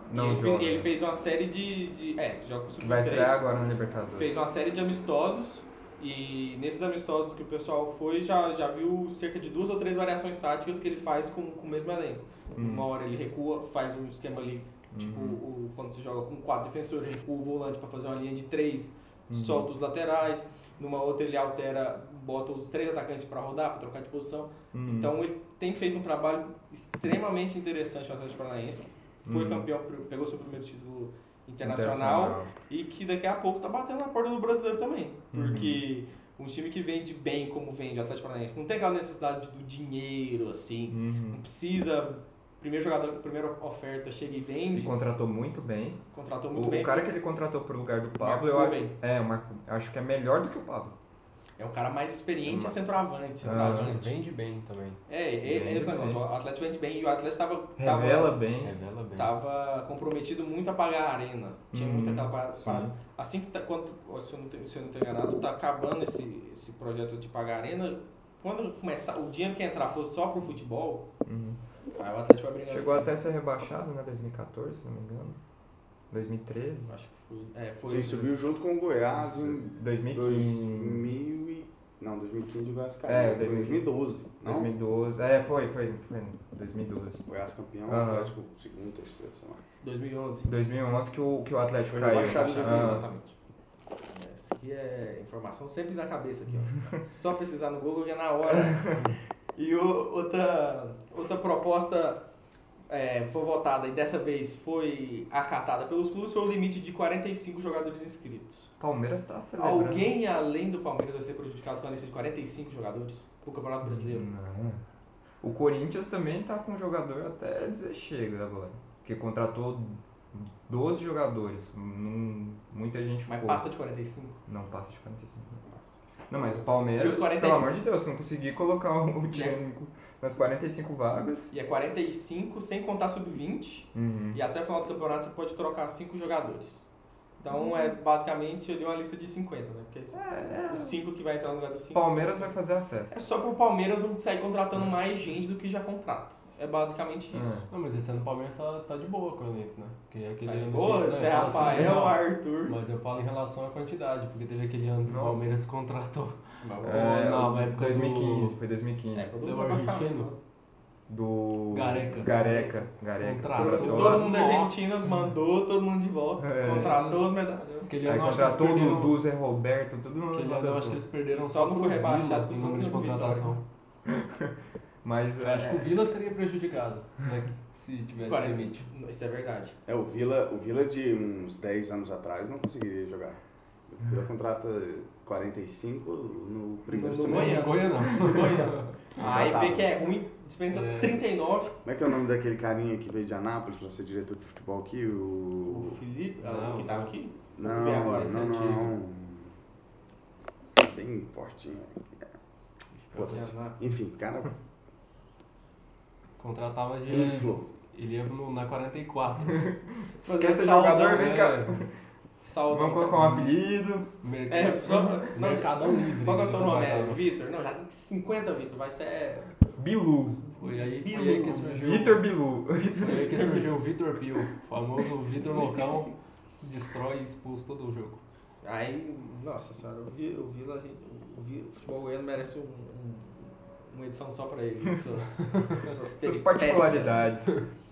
Ele fez uma série de joga com o Sub-23. Vai estrear agora no Libertadores. Fez uma série de amistosos e nesses amistosos que o pessoal foi, já viu cerca de 2 ou 3 variações táticas que ele faz com o mesmo elenco. Uma hora ele recua, faz um esquema ali, tipo quando você joga com 4 defensores, recua o volante para fazer uma linha de 3, solta os laterais. Numa outra ele altera, bota os 3 atacantes para rodar, para trocar de posição. Então ele tem feito um trabalho extremamente interessante no Atlético Paranaense. Foi campeão, pegou seu primeiro título internacional e que daqui a pouco tá batendo na porta do brasileiro também. Porque um time que vende bem como vende o Atlético Paranaense não tem aquela necessidade do dinheiro, assim, não precisa primeiro jogador, primeira oferta chega e Ele vende, contratou muito bem. contratou muito O bem. cara que ele contratou pro lugar do Pablo, Marcou eu bem. acho que é melhor do que o Pablo. É um cara mais experiente, é centroavante. Vende bem também. É esse negócio. bem. O Atlético vende bem e o Atlético Revela bem. Revela bem. tava comprometido muito a pagar a arena. Tinha muito aquela parada. sim. Assim que tá, se eu não tenho enganado, tá acabando esse projeto de pagar a arena. Quando começar, o dinheiro que entrar for só pro futebol, Uhum. aí o Atlético vai brigar. Chegou até a ser rebaixado, né? 2014, se não me engano. 2013. Acho que foi. Foi. Sim, subiu junto com o Goiás em 2015. Não, 2015 o Goiás caiu. É, Foi em 2012. Não? 2012. Foi 2012. Goiás campeão, Aham. Atlético segundo, terceiro, sei lá. 2011. 2011 que o Atlético Foi caiu. rebaixado em 2011. Exatamente. Essa aqui é informação sempre na cabeça aqui, ó. Só pesquisar no Google que é na hora. E outra proposta foi votada e dessa vez foi acatada pelos clubes foi o limite de 45 jogadores inscritos. Palmeiras tá celebrando. Alguém além do Palmeiras vai ser prejudicado com a lista de 45 jogadores pro Campeonato Brasileiro? Não. O Corinthians também tá com jogador até dizer chega agora. Porque contratou 12 jogadores. Muita gente Mas ficou. passa de 45? Não passa de 45. Não, mas o Palmeiras, E os 40? pelo amor de Deus, se não conseguir colocar o time nas 45 vagas. E é 45 sem contar sub-20. Uhum. E até o final do campeonato você pode trocar 5 jogadores. Então é basicamente ali uma lista de 50, né? Porque os 5 que vai entrar no lugar dos 5. Palmeiras vai fazer a festa. É só pro Palmeiras não sair contratando mais gente do que já contrata. É basicamente isso. Não, mas esse ano o Palmeiras tá de boa com o elenco, né? Porque aquele Tá de ano boa? que- Zé eu falo assim, Rafael, não, Arthur. Mas eu falo em relação à quantidade, porque teve aquele ano que o Nossa. Palmeiras contratou. É, Não, na época 2015, foi 2015. todo Deu mundo vai pra argentino. cá. Do... Gareca. Gareca. Contratou. Trouxe Contratou todo lá. mundo da Nossa. Argentina, mandou todo mundo de volta. É. Contratou os medalhões. Aquele Aí ano eu acho que eles contratou o perderam. Dudu, Zé Roberto, tudo no Aquele ano eu acho que eles perderam Só não pro foi rebaixado Vila por em número de conta do contratação. Mas Eu acho que o Vila seria prejudicado, né? Se tivesse 40. limite. Isso é verdade. O Vila de uns 10 anos atrás não conseguiria jogar. O Vila contrata 45 no primeiro No semestre. Goiânia. Goiânia não. Goiânia. Aí tá. vê que é ruim, dispensa É. 39. Como é que é o nome daquele carinha que veio de Anápolis pra ser diretor de futebol aqui? O Felipe, Não, o que tava aqui? Não, Vamos ver agora, esse é não, antigo. não. Bem fortinho. Foda-se. Enfim, cara, Contratava de. inflou. Ele ia na 44. Fazer Quer ser saudão, jogador, vem né? cá. Saudão. Vamos colocar um apelido. É, só- não, Mercadão livre. Qual que é o seu nome? Contratava. Vitor? Não, já tem 50, Vitor. Vai ser. Bilu. Foi aí que surgiu. Vitor Bilu. Foi aí que surgiu o Vitor Pio. O famoso Vitor Loucão. Destrói e expulsa todo o jogo. Aí, nossa senhora, o Vila, o futebol goiano merece uma edição só pra ele. Suas Suas particularidades.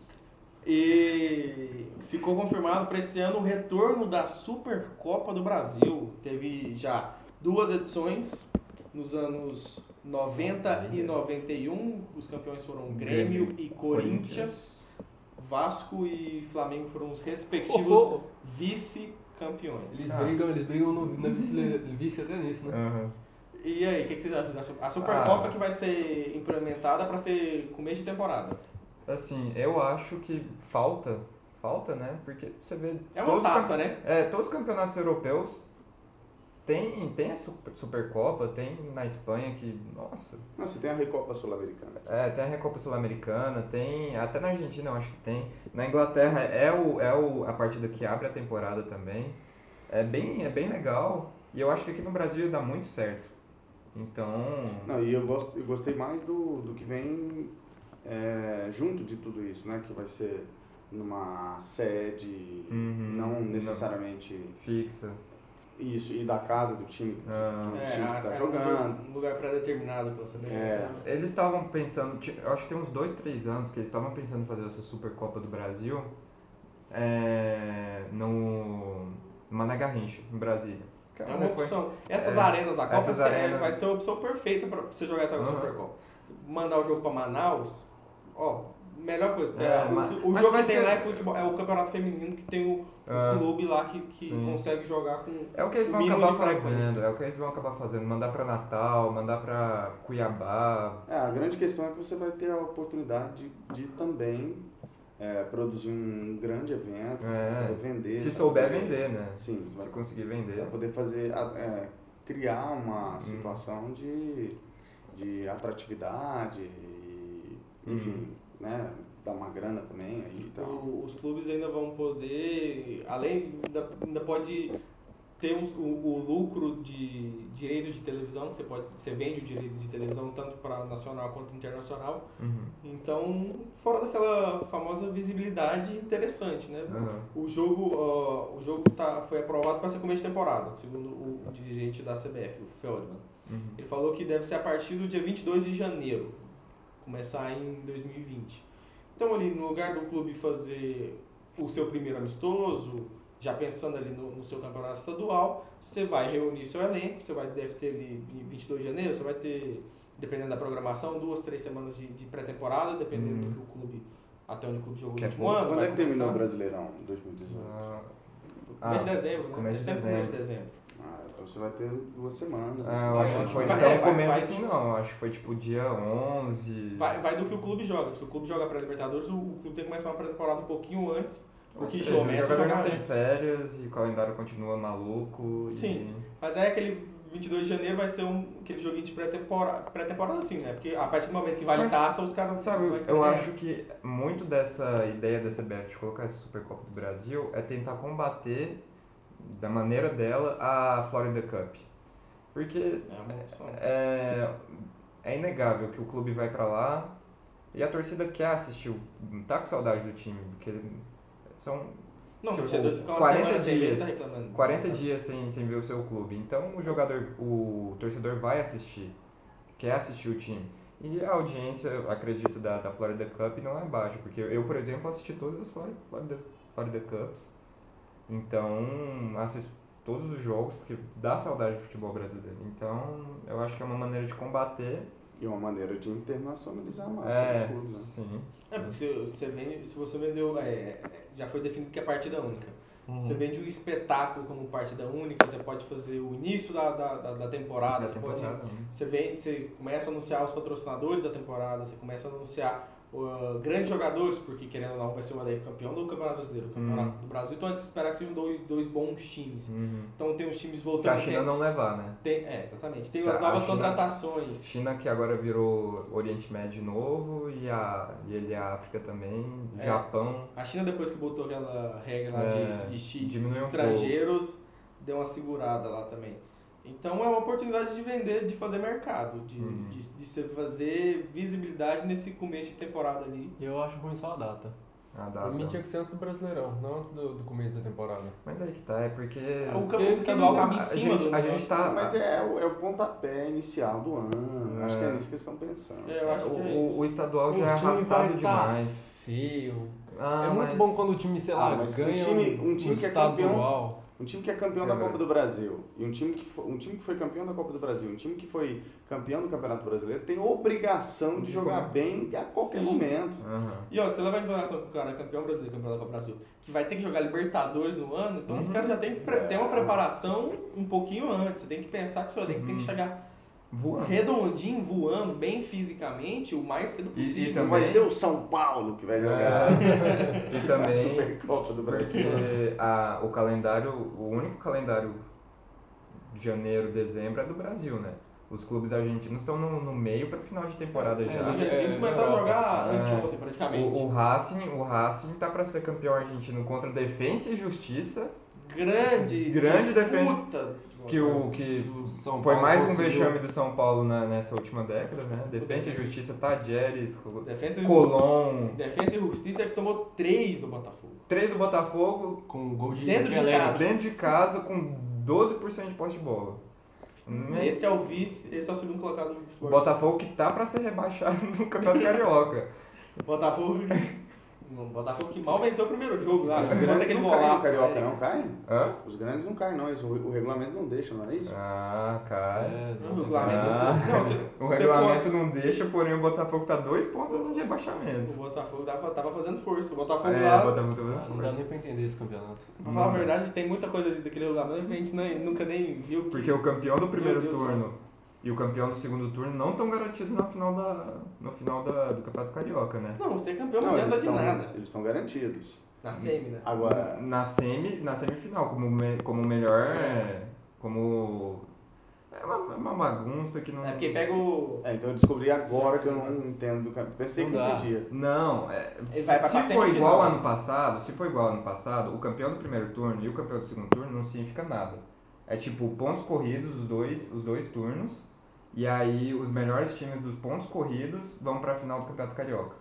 E ficou confirmado para esse ano o retorno da Supercopa do Brasil. Teve já 2 edições nos anos 90 e 91. Os campeões foram Grêmio e Corinthians. Vasco e Flamengo foram os respectivos vice-campeões. Eles brigam na vice até nisso, né? Aham. E aí, o que vocês acham da a Supercopa que vai ser implementada para ser começo de temporada? Assim, eu acho que falta, né? Porque você vê... É uma taça, né? Todos os campeonatos europeus tem a Supercopa, tem na Espanha que, nossa... Não, você tem a Recopa Sul-Americana. Tem a Recopa Sul-Americana, tem... Até na Argentina eu acho que tem. Na Inglaterra a partida que abre a temporada também. É bem legal. E eu acho que aqui no Brasil ia dar muito certo. Então... Não, e eu gostei mais do que vem junto de tudo isso, né? Que vai ser numa sede, não necessariamente Fixa. isso, e da casa do time, do time que tá jogando. Um lugar pré-determinado pra você ver. Eles estavam pensando, eu acho que tem uns 2, 3 anos que eles estavam pensando em fazer essa Supercopa do Brasil no Mané Garrincha, em Brasília. É uma opção. Essas arenas da Copa essas arenas- vai ser a opção perfeita pra você jogar essa Supercopa. Mandar o jogo pra Manaus, Melhor coisa. O mas jogo vai que tem ser- lá é futebol, é o campeonato feminino que tem o clube lá que sim. consegue jogar com É o que eles o vão mínimo acabar de frequência. fazendo, é o que eles vão acabar fazendo. Mandar pra Natal, mandar pra Cuiabá. A grande questão é que você vai ter a oportunidade de também produzir um grande evento, vender. Se souber vender, né? Sim, você vai Se conseguir vender. Para poder fazer, criar uma situação de atratividade, enfim, né, dar uma grana também aí e tal. Os clubes ainda vão poder, ainda pode ter o lucro de direito de televisão, que você vende o direito de televisão tanto para nacional quanto internacional. Então, fora daquela famosa visibilidade interessante, né? O jogo foi aprovado para ser começo de temporada, segundo o dirigente da CBF, o Feldman. Ele falou que deve ser a partir do dia 22 de janeiro, começar em 2020. Então, ali, no lugar do clube fazer o seu primeiro amistoso, já pensando ali no seu campeonato estadual, você vai reunir seu elenco, deve ter ali 22 de janeiro, você vai ter, dependendo da programação, 2-3 semanas de pré-temporada, dependendo do que o clube, até onde o clube jogou no último ano. Quando é que terminou o Brasileirão? 2018? Mês de dezembro, né? Começo de sempre dezembro. mês de dezembro. Então você vai ter 2 semanas. Eu acho que foi começo assim não, acho que foi tipo dia 11. Vai do que o clube joga. Se o clube joga pré-libertadores, o clube tem que começar uma pré-temporada um pouquinho antes. Porque o jogador não tem antes. férias e o calendário continua maluco. Sim, mas aí aquele 22 de janeiro vai ser aquele joguinho de pré-temporada assim, né? Porque a partir do momento que vale taça, os caras... Sabe, eu acho que muito dessa ideia da CBF de colocar essa Supercopa do Brasil é tentar combater, da maneira dela, a Florida Cup. Porque é inegável que o clube vai pra lá e a torcida quer assistir, tá com saudade do time, porque são... Não, tipo, o torcedor se ficar uma 40 semana sem ver, dias, tá reclamando. 40 dias sem ver o seu clube. Então o torcedor vai assistir, quer assistir o time. E a audiência, eu acredito, da Florida Cup não é baixa, porque eu, por exemplo, assisti todas as Florida Cups. Então, assisto todos os jogos, porque dá saudade do futebol brasileiro. Então, eu acho que é uma maneira de combater. E uma maneira de internacionalizar mais os clubes, né? Sim. Porque se você vendeu... já foi definido que é partida única. Você vende um espetáculo como partida única, você pode fazer o início da temporada, você começa a anunciar os patrocinadores da temporada, você começa a anunciar grandes jogadores, porque querendo ou não vai ser o elenco campeão do Campeonato Brasileiro, o Campeonato do Brasil, então a gente espera que sejam dois bons times. Então tem os times voltando... Se a China não levar, né? Exatamente. Tem as novas contratações. China que agora virou Oriente Médio novo e a África também, Japão. A China depois que botou aquela regra lá de X estrangeiros, deu uma segurada lá também. Então é uma oportunidade de vender, de fazer mercado, de você fazer visibilidade nesse começo de temporada ali. Eu acho ruim só a data. Pra mim tinha que ser antes do Brasileirão, não antes do começo da temporada. Mas aí que tá, é porque... O estadual cabe em cima a gente tá... Mas é o pontapé inicial do ano, acho que é nisso que eles estão pensando. Eu acho que é isso. O estadual já é arrastado demais. Feio. É muito bom quando o time, sei lá, ganha um time que é estadual. Um time que é campeão da Copa do Brasil e um time que foi campeão da Copa do Brasil, um time que foi campeão do Campeonato Brasileiro tem obrigação de jogar bem a qualquer momento. E você leva em consideração que o cara é campeão brasileiro, campeão da Copa do Brasil, que vai ter que jogar Libertadores no ano, então os caras já tem que ter uma preparação um pouquinho antes. Você tem que pensar que o seu elenco tem que chegar redondinho, voando, bem fisicamente, o mais cedo possível. E também vai ser o São Paulo que vai jogar e também a Supercopa do Brasil. O único calendário de janeiro, dezembro é do Brasil, né? Os clubes argentinos estão no meio para final de temporada já. Os argentinos começaram a jogar anteontem, praticamente. O Racing tá para ser campeão argentino contra Defensa e Justiça. Grande defesa que São foi Paulo mais um conseguiu. vexame do São Paulo nessa última década, né? Defensa e Justiça, Tajeres, Defensa Colón. Defensa e Justiça que tomou 3 do Botafogo. 3 do Botafogo Com gol de Dentro de Pelé. casa. dentro de casa com 12% de posse de bola. Esse é o segundo colocado do O futebol. Botafogo que tá pra ser rebaixado no Campeonato Carioca. Botafogo O Botafogo que mal venceu o primeiro jogo lá. Os Nossa, grandes aquele não caem no golaço. Carioca, né? não caem? Hã? Os grandes não caem, não. O regulamento não deixa, não é isso? Ah, cara. É, O não, tem que regulamento ser. Ah. não, se O você regulamento não deixa, porém o Botafogo tá 2 pontos de for, rebaixamento. o Botafogo tava fazendo força. O Botafogo É, lá, o Botafogo tá Ah, fazendo não dá força. nem pra entender esse campeonato. pra falar a verdade, tem muita coisa daquele regulamento que a gente nunca nem viu. Porque o campeão do primeiro Meu Deus do turno e o campeão do segundo turno não estão garantidos no final do Campeonato Carioca, né? Não, ser campeão não Não, adianta eles de estão- nada. Eles estão garantidos. Na semi, né? Agora, Na semifinal, como melhor. Como. É uma bagunça que não. É porque pega o. então eu descobri agora que eu não entendo do campeonato. Pensei Não que dá. entendia. Não, Ele vai pra se for semifinal. igual ano passado, o campeão do primeiro turno e o campeão do segundo turno não significa nada. É tipo pontos corridos, os dois turnos, e aí os melhores times dos pontos corridos vão pra final do Campeonato Carioca.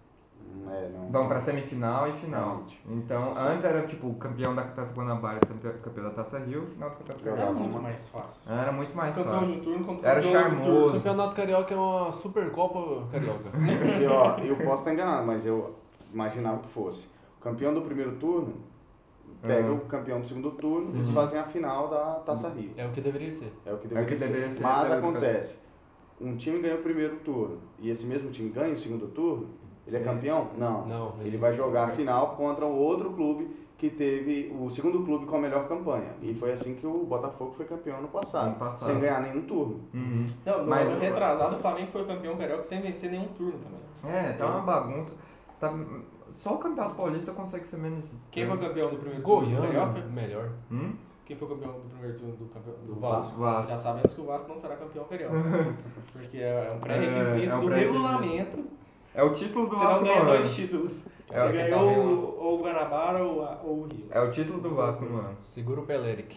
Não. Vão pra semifinal e final. Realmente. Então, antes era tipo o campeão da Taça Guanabara e campeão da Taça Rio, final do Campeonato Era Carioca. muito mais fácil. Era muito mais Campeão de fácil. um turno contra Era campeão do outro turno. O charmoso. campeonato carioca é uma Supercopa Carioca. Porque, ó, eu posso estar enganado, mas eu imaginava que fosse. O campeão do primeiro turno pega Uhum. o campeão do segundo turno Sim. e eles fazem a final da Taça Rio. É o que deveria ser. É o que É o que deveria deveria ser. ser, Mas né, acontece, um time ganha o primeiro turno e esse mesmo time ganha o segundo turno, ele é campeão? Não. Não, Ele vai jogar a final contra o outro clube que teve o segundo clube com a melhor campanha. E foi assim que o Botafogo foi campeão ano passado, Ano passado. sem ganhar nenhum turno. Uhum. Não, no Mas- ano retrasado o Flamengo foi campeão carioca sem vencer nenhum turno também. Tá uma bagunça. Só o Campeonato Paulista consegue ser menos. Quem foi campeão do primeiro turno do Goiânia, carioca? melhor. Quem foi campeão do primeiro turno do campeão Do Vasco. Já sabemos que o Vasco não será campeão carioca. Porque é um pré-requisito É um do pré-requisito. regulamento. É o título do Você não Vasco no ganha ano. 2 títulos. É, Você quem tá ganhou vendo? ou o Guanabara ou o Rio. É o título do Vasco no ano. Segura o Peleric.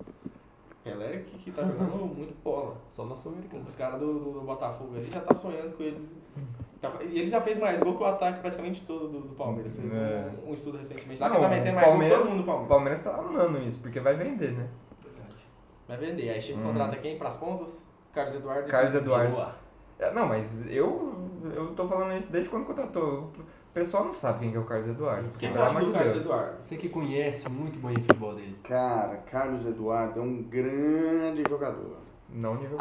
Pelé que tá jogando muito bola. Só na Sul-Americana. Os caras do Botafogo ali já tá sonhando com ele. E ele já fez mais gol que o ataque praticamente todo do Palmeiras. Fez um estudo recentemente lá que Não, tá metendo o mais gol que todo mundo do O Palmeiras. Palmeiras tá amando isso, porque vai vender, né? Vai vender. Aí chega e contrata quem pras pontas? Carlos Eduardo. e Carlos Felipe Eduardo. Melo. Não, mas eu tô falando isso desde quando contratou. O pessoal não sabe quem que é o Carlos Eduardo. O que você Pelo acha amor do de Carlos Deus. Eduardo? Você que conhece muito bem o futebol dele. Cara, Carlos Eduardo é um grande jogador. Não nível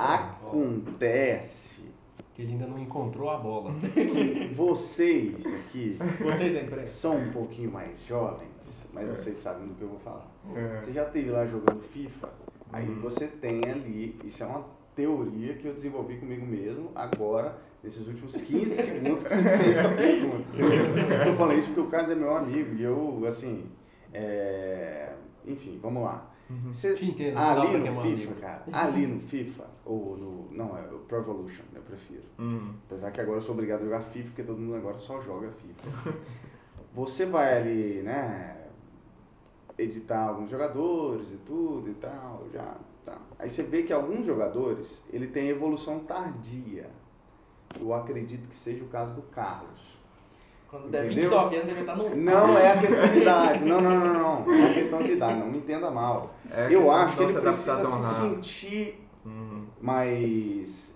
Acontece Que ele ainda não encontrou a bola. que vocês aqui Vocês da imprensa. são um pouquinho mais jovens, mas vocês sabem do que eu vou falar. É. Você já esteve lá jogando FIFA, aí você tem ali, isso é uma teoria que eu desenvolvi comigo mesmo, agora, nesses últimos 15 segundos que você me fez essa pergunta. Eu tô falando isso porque o Carlos é meu amigo e eu, assim, enfim, vamos lá. Você, Te entendo, não dá ali pra no queimar FIFA, amigo. cara, ali no FIFA, ou no, não, é o Pro Evolution, eu prefiro. Apesar que agora eu sou obrigado a jogar FIFA, porque todo mundo agora só joga FIFA. Você vai ali, né, editar alguns jogadores e tudo e tal, já, tá. Aí você vê que alguns jogadores, ele tem evolução tardia. Eu acredito que seja o caso do Carlos. Quando der Entendeu? 29 anos, ele vai estar no. Não é a questão de idade, não é a questão de idade, não me entenda mal. É a Eu questão acho de que não ele se adaptar precisa tão se rápido. sentir mais.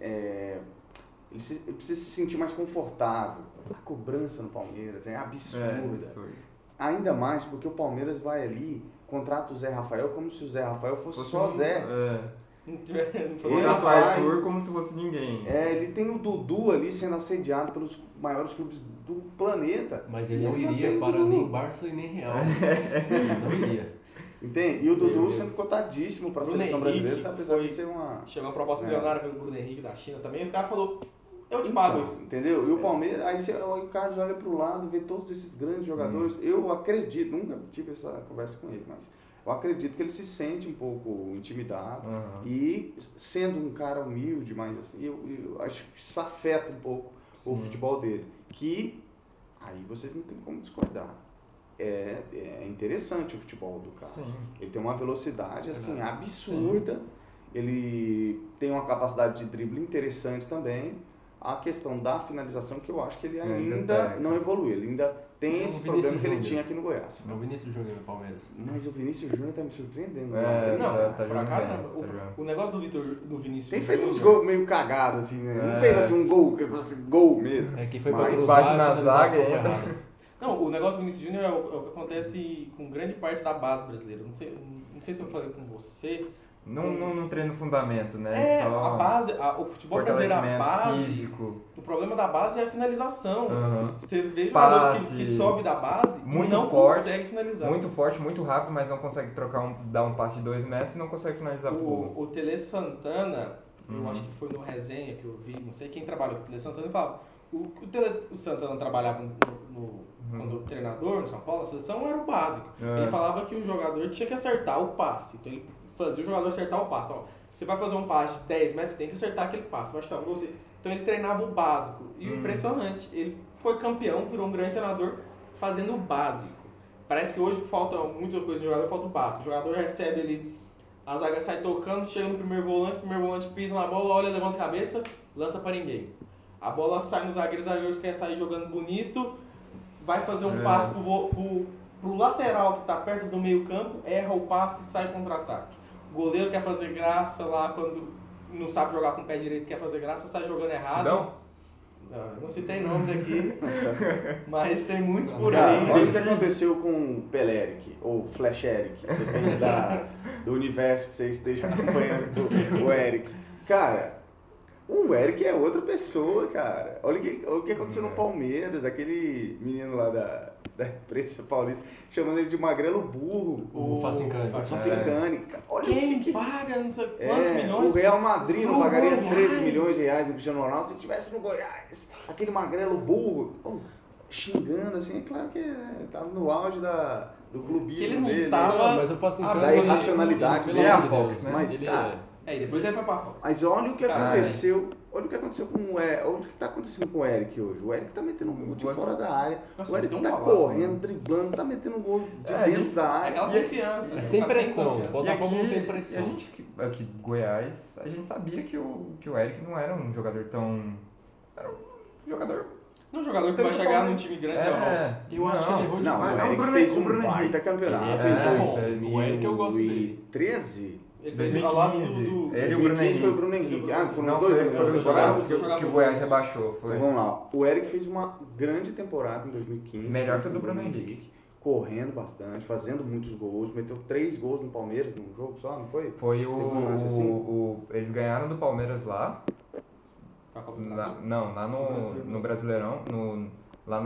Ele precisa se sentir mais confortável. A cobrança no Palmeiras é absurda. Ainda mais porque o Palmeiras vai ali, contrata o Zé Rafael como se o Zé Rafael fosse só Zé. Não fosse Ele nem Contrata o vai- Arthur como se fosse ninguém. Ele tem o Dudu ali sendo assediado pelos maiores clubes do planeta. Mas ele E não ele iria mantém o para Dudu. nem Barça e nem Real. Ele não iria. Entende? E o Dudu Meu sendo Deus. cotadíssimo para a Bruno seleção Henrique brasileira, apesar de foi- ser uma. Chegou uma proposta É. milionária pelo Bruno Henrique da China também. Os caras falaram, eu te pago Então, isso. entendeu? E o Palmeiras, aí o Carlos olha pro lado, vê todos esses grandes jogadores. Eu acredito, nunca tive essa conversa com ele, mas eu acredito que ele se sente um pouco intimidado. E sendo um cara humilde, mas assim, eu acho que isso afeta um pouco o futebol dele. Que aí vocês não tem como discordar. É interessante o futebol do Carlos. Ele tem uma velocidade assim, absurda. Ele tem uma capacidade de drible interessante também. A questão da finalização, que eu acho que ele ainda não evoluiu. Ele ainda tem É o esse Vinícius problema que ele Júnior. tinha aqui no Goiás. É o Vinícius Júnior no Palmeiras. Mas o Vinícius Júnior tá me surpreendendo. É, Não, tá pra jogando caramba. bem, tá jogando. O negócio do Vinícius Tem feito uns Júnior- gols meio cagados, assim, né? Não fez assim um gol, gol mesmo. É que foi Mas pra cruzar bate e na a finalização zaga, foi entra. errada. Não, o negócio do Vinícius Júnior é o que acontece com grande parte da base brasileira. Não sei se eu falei com você. Não treina o fundamento, né? A base, o futebol brasileiro, a base, físico. o problema da base é a finalização. Uhum. Você vê jogadores Passe, que sobem da base e muito não forte, conseguem finalizar. Muito forte, muito rápido, mas não consegue dar um passe de 2 metros e não consegue finalizar pro gol. O Tele Santana, eu acho que foi no resenha que eu vi, não sei quem trabalhou com o Tele Santana, e falava, o Santana trabalhava quando treinador no São Paulo, na seleção, era o básico. Ele falava que o jogador tinha que acertar o passe, então ele fazia o jogador acertar o passe. Então, você vai fazer um passe de 10 metros, você tem que acertar aquele passe. Vai chutar um gol, então ele treinava o básico. E o impressionante, ele foi campeão, virou um grande treinador fazendo o básico. Parece que hoje falta muita coisa no jogador, falta o básico. O jogador recebe ele, a zaga sai tocando, chega no primeiro volante pisa na bola, olha, levanta a cabeça, lança para ninguém. A bola sai no zagueiro, os zagueiros querem sair jogando bonito, vai fazer um passe pro lateral que está perto do meio campo, erra o passe e sai contra-ataque. O goleiro quer fazer graça lá quando não sabe jogar com o pé direito, quer fazer graça, sai jogando errado. Não citei nomes aqui, mas tem muitos por aí. Olha o que aconteceu com o Peleric, ou Flash Eric, depende do universo que você esteja acompanhando o Eric. Cara, o Eric é outra pessoa, cara. Olha o que aconteceu no Palmeiras, aquele menino lá da imprensa paulista, chamando ele de magrelo burro. O Facincani. Olha Quem paga não sei quantos milhões? O Real Madrid não Pro pagaria Goiás. 13 milhões de reais no Cristiano Ronaldo se tivesse no Goiás. Aquele magrelo burro. Xingando, assim, é claro que tava no auge do clubismo Que ele não dele. tava- Não, mas o Facincani... Da irracionalidade pelo dele. amor de É a Deus, Fox, né? Mas, ele cara, E depois ele foi pra Fox. Mas olha o que Caralho. aconteceu. Olha o que aconteceu com o Eric. Olha o que tá acontecendo com o Eric hoje. O Eric tá metendo um gol de fora da área. Nossa, O Eric meteu um tá golaço, correndo, né? driblando, tá metendo um gol de É, dentro da É área. aquela confiança. É né? sem O cara tem pressão. confiança. Botafogo não tem E a pressão. gente, aqui Goiás, a gente sabia que o Eric não era um jogador tão... Era um jogador... Não é um jogador que vai chegar num time grande da Europa. Eu acho que ele errou de Não, tudo. o é o Eric Bruno- fez o um Bruno baita Henrique. campeonato Ele é bom. em O Eric eu gosto dele. 2013. Ele fez 2015. ao lado do... Ele e o Bruno 2015 foi o Henrique. Bruno Henrique. Ah, foram Não, os dois. foi Foram os os jogadores dois. que o Goiás rebaixou. Foi. Então vamos lá. O Eric fez uma grande temporada em 2015. Melhor que o do Bruno Henrique. Correndo bastante, fazendo muitos gols. Meteu 3 gols no Palmeiras num jogo só, não foi? Foi Teve um lance assim? eles ganharam do Palmeiras lá. Pra Copa do Brasil. Lá no Brasileirão, lá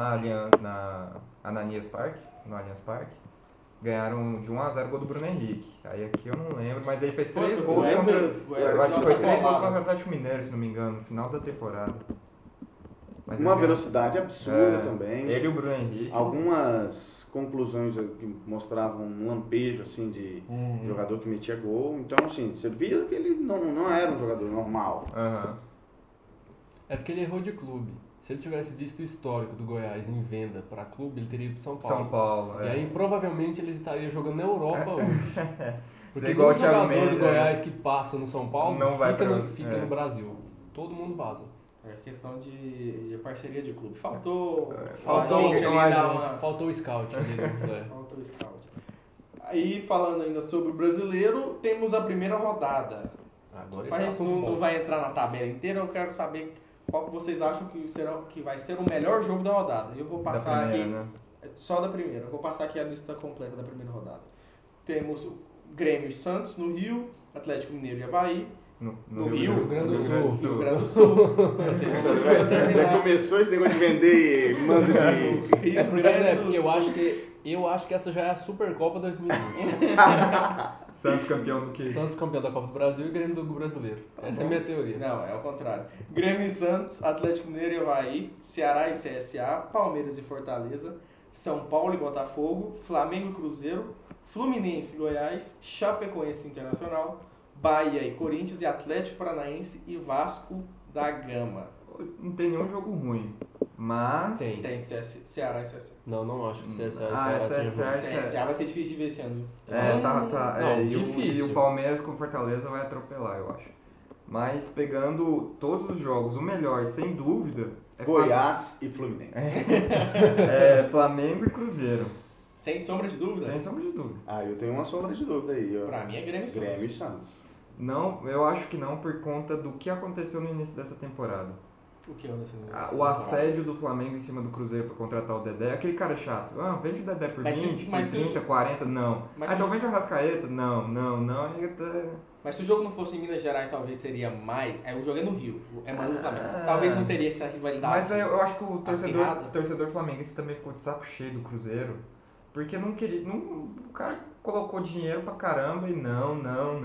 na Ananias Park, no Allianz Parque. Ganharam de 1-0 gol do Bruno Henrique. Aí aqui eu não lembro, mas aí fez 3 Foi, gols. o contra- Wesley- Eu acho que nossa, foi 3 gols bolada. contra o Atlético Mineiro, se não me engano, no final da temporada. Mas Uma ele- velocidade absurda É, também. Ele e o Bruno Henrique. Algumas conclusões que mostravam um lampejo assim de jogador que metia gol. Então, assim, você via que ele não era um jogador normal. Aham. É porque ele errou de clube. Se ele tivesse visto o histórico do Goiás em venda para clube, ele teria ido para São Paulo. São Paulo. E é. aí provavelmente ele estaria jogando na Europa hoje. Porque Igual o todo Thiago jogador do Mendes, Goiás que passa no São Paulo Não vai fica, pra- fica é. no Brasil. Todo mundo vaza. É questão de parceria de clube. Faltou Faltou a gente um ali dar agente. uma... Faltou o scout ali. né? Faltou o scout. Aí, falando ainda sobre o brasileiro, temos a primeira rodada. Agora A esse é gente assunto não bom. vai entrar na tabela inteira, eu quero saber qual que vocês acham que vai ser o melhor jogo da rodada. Eu vou Da passar primeira, aqui, né? só da primeira, eu vou passar aqui a lista completa da primeira rodada. Temos o Grêmio e Santos no Rio, Atlético Mineiro e Avaí, No Rio? Rio Grande do Sul. Rio Grande do Sul. Vocês não deixam eu Já terminar. começou esse negócio de vender mando de... Rio É porque, Grande né, do porque Sul. eu acho que essa já é a Supercopa 2020. Santos campeão do que? Santos campeão da Copa do Brasil e Grêmio do Brasileiro. Essa é a minha teoria. Não, é o contrário. Grêmio e Santos, Atlético Mineiro e Avaí, Ceará e CSA, Palmeiras e Fortaleza, São Paulo e Botafogo, Flamengo e Cruzeiro, Fluminense e Goiás, Chapecoense e Internacional, Bahia e Corinthians e Atlético Paranaense e Vasco da Gama. Não tem nenhum jogo ruim. Mas. Tem. Tem Ceará e CSA. Não acho que o CSA Ah, seja CSA. justo. CSA vai ser difícil de ver esse ano. É, tá. Não, é, difícil. e o Palmeiras com Fortaleza vai atropelar, eu acho. Mas pegando todos os jogos, o melhor, sem dúvida, é Goiás e Fluminense. Flamengo e Cruzeiro. Sem sombra de dúvida? Sem sombra de dúvida. Ah, eu tenho uma sombra de dúvida aí. Ó. Pra mim é Grêmio e Santos. Grêmio e Santos. Não, eu acho que não por conta do que aconteceu no início dessa temporada. O que, Anderson? O assédio do Flamengo em cima do Cruzeiro pra contratar o Dedé, aquele cara chato. Vende o Dedé por 20, por 30, 40, não. Então vende o Arrascaeta? Não. Mas se o jogo não fosse em Minas Gerais, talvez seria mais... o jogo é no Rio, é mais do Flamengo. Talvez não teria essa rivalidade. Mas eu acho que o torcedor flamenguense também ficou de saco cheio do Cruzeiro. Porque não queria... o cara colocou dinheiro pra caramba e não.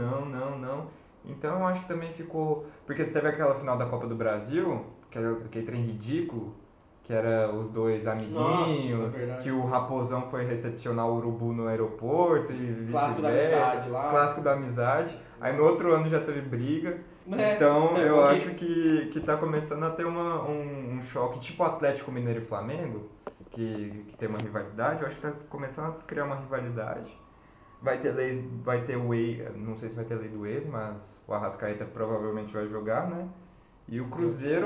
Então eu acho que também ficou... Porque teve aquela final da Copa do Brasil, que era aquele trem ridículo, que era os dois amiguinhos, Nossa, que o Raposão foi recepcionar o Urubu no aeroporto e vice-versa. Clássico da amizade lá. Clássico da amizade. Aí no outro ano já teve briga. Então eu acho que tá começando a ter um choque, tipo Atlético Mineiro e Flamengo, que tem uma rivalidade. Eu acho que tá começando a criar uma rivalidade. Vai ter o ex, não sei se vai ter a lei do ex, mas o Arrascaeta provavelmente vai jogar, né? E o Cruzeiro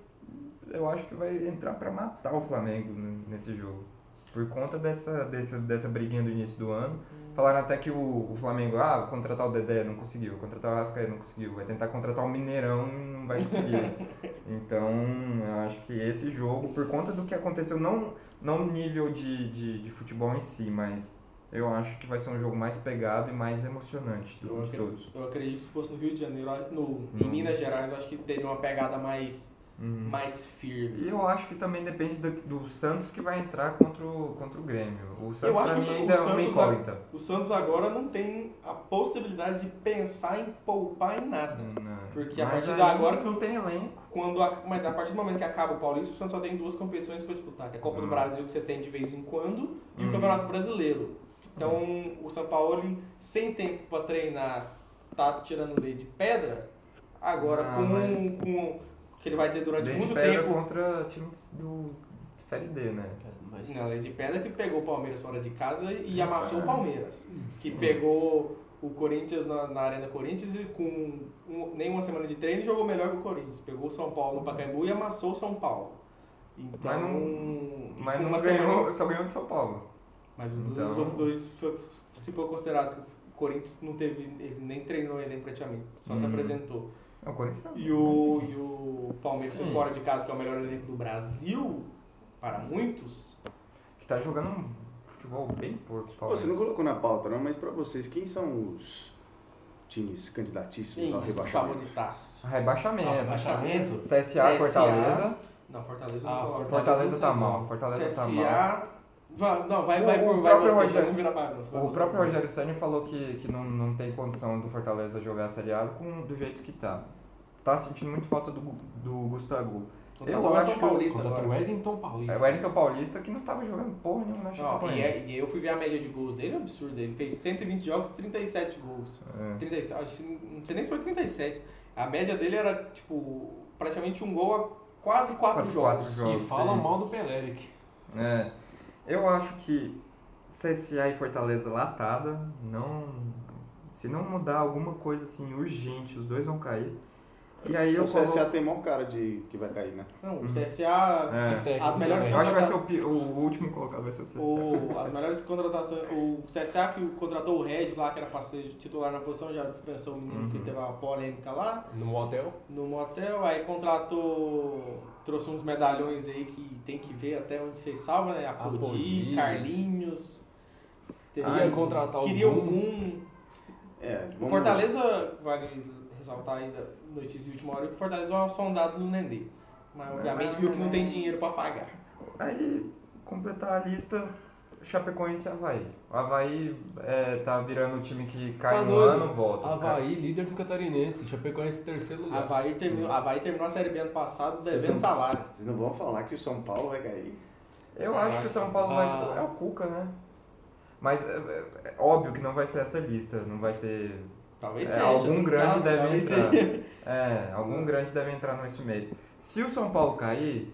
eu acho que vai entrar pra matar o Flamengo nesse jogo. Por conta dessa briguinha do início do ano. Falaram até que o Flamengo, contratar o Dedé não conseguiu, contratar o Arrascaeta não conseguiu, vai tentar contratar o Mineirão e não vai conseguir. Então, eu acho que esse jogo, por conta do que aconteceu, não no nível de futebol em si, mas eu acho que vai ser um jogo mais pegado e mais emocionante dos todos. Eu acredito que se fosse no Rio de Janeiro, em Minas Gerais, eu acho que teria uma pegada mais firme. E eu acho que também depende do Santos que vai entrar contra o Grêmio. O Santos eu acho que ainda é uma incógnita. O Santos agora não tem a possibilidade de pensar em poupar em nada. Porque a partir de agora que não tem elenco. Mas a partir do momento que acaba o Paulista, o Santos só tem 2 competições para disputar, que é a Copa do Brasil, que você tem de vez em quando, e o Campeonato Brasileiro. Então, o São Paulo, sem tempo para treinar, tá tirando lei de pedra. Agora, com que ele vai ter durante muito tempo contra times do Série D, né? Não, lei de pedra que pegou o Palmeiras fora de casa e amassou o Palmeiras. Que pegou o Corinthians na Arena Corinthians e com nenhuma semana de treino jogou melhor que o Corinthians. Pegou o São Paulo no Pacaembu e amassou o São Paulo. Então, mas não ganhou, só ganhou de São Paulo. Mas os outros dois, se for considerado que o Corinthians não teve, ele nem treinou ele praticamente, só se apresentou. O Corinthians e o Palmeiras fora de casa, que é o melhor elenco do Brasil, para muitos. Que tá jogando um futebol bem porco. Você não colocou na pauta, não, mas pra vocês, quem são os times candidatíssimos ao rebaixamento? Rebaixamento. CSA, Fortaleza. Não, Fortaleza não coloca. Fortaleza tá mal. Fortaleza tá mal. Vai virar bagunça. O próprio Rogério Ceni falou que não tem condição do Fortaleza jogar a Série A do jeito que tá. Tá sentindo muito falta do Gustavo. Eu acho que o Wellington Paulista. É o Wellington Paulista que não tava jogando porra nenhuma na Chapecoense. E eu fui ver a média de gols dele, é absurdo. Ele fez 120 jogos, 37 gols. 37, não sei nem se foi 37. A média dele era, tipo, praticamente um gol a quase 4 jogos. E fala mal do Peleric. Eu acho que CSA e Fortaleza latada, se não mudar alguma coisa assim urgente, os dois vão cair. E aí o CSA tem maior cara de que vai cair, né? Não, o CSA, as melhores eu acho que vai ser o último colocado, vai ser o CSA. As melhores contratações, o CSA que contratou o Regis lá, que era para ser titular na posição, já dispensou o menino que teve uma polêmica lá. No motel, aí trouxe uns medalhões aí que tem que ver até onde vocês salvam, né? Apodi, Carlinhos. Queria algum. O Fortaleza, vale ressaltar aí da notícia de última hora, que o Fortaleza é um sondado no Nenê. Mas obviamente viu que não tem dinheiro para pagar. Aí, completar a lista, Chapecoense e Avaí. O Avaí tá virando o time que cai no ano, volta. Avaí, líder do Catarinense, Chapecoense terceiro lugar. Avaí terminou a Série B ano passado devendo salário. Vocês não vão falar que o São Paulo vai cair? Eu acho que o São Paulo vai... É o Cuca, né? Mas é óbvio que não vai ser essa lista, não vai ser... Talvez seja. Algum grande deve entrar. Algum grande deve entrar nesse meio. Se o São Paulo cair...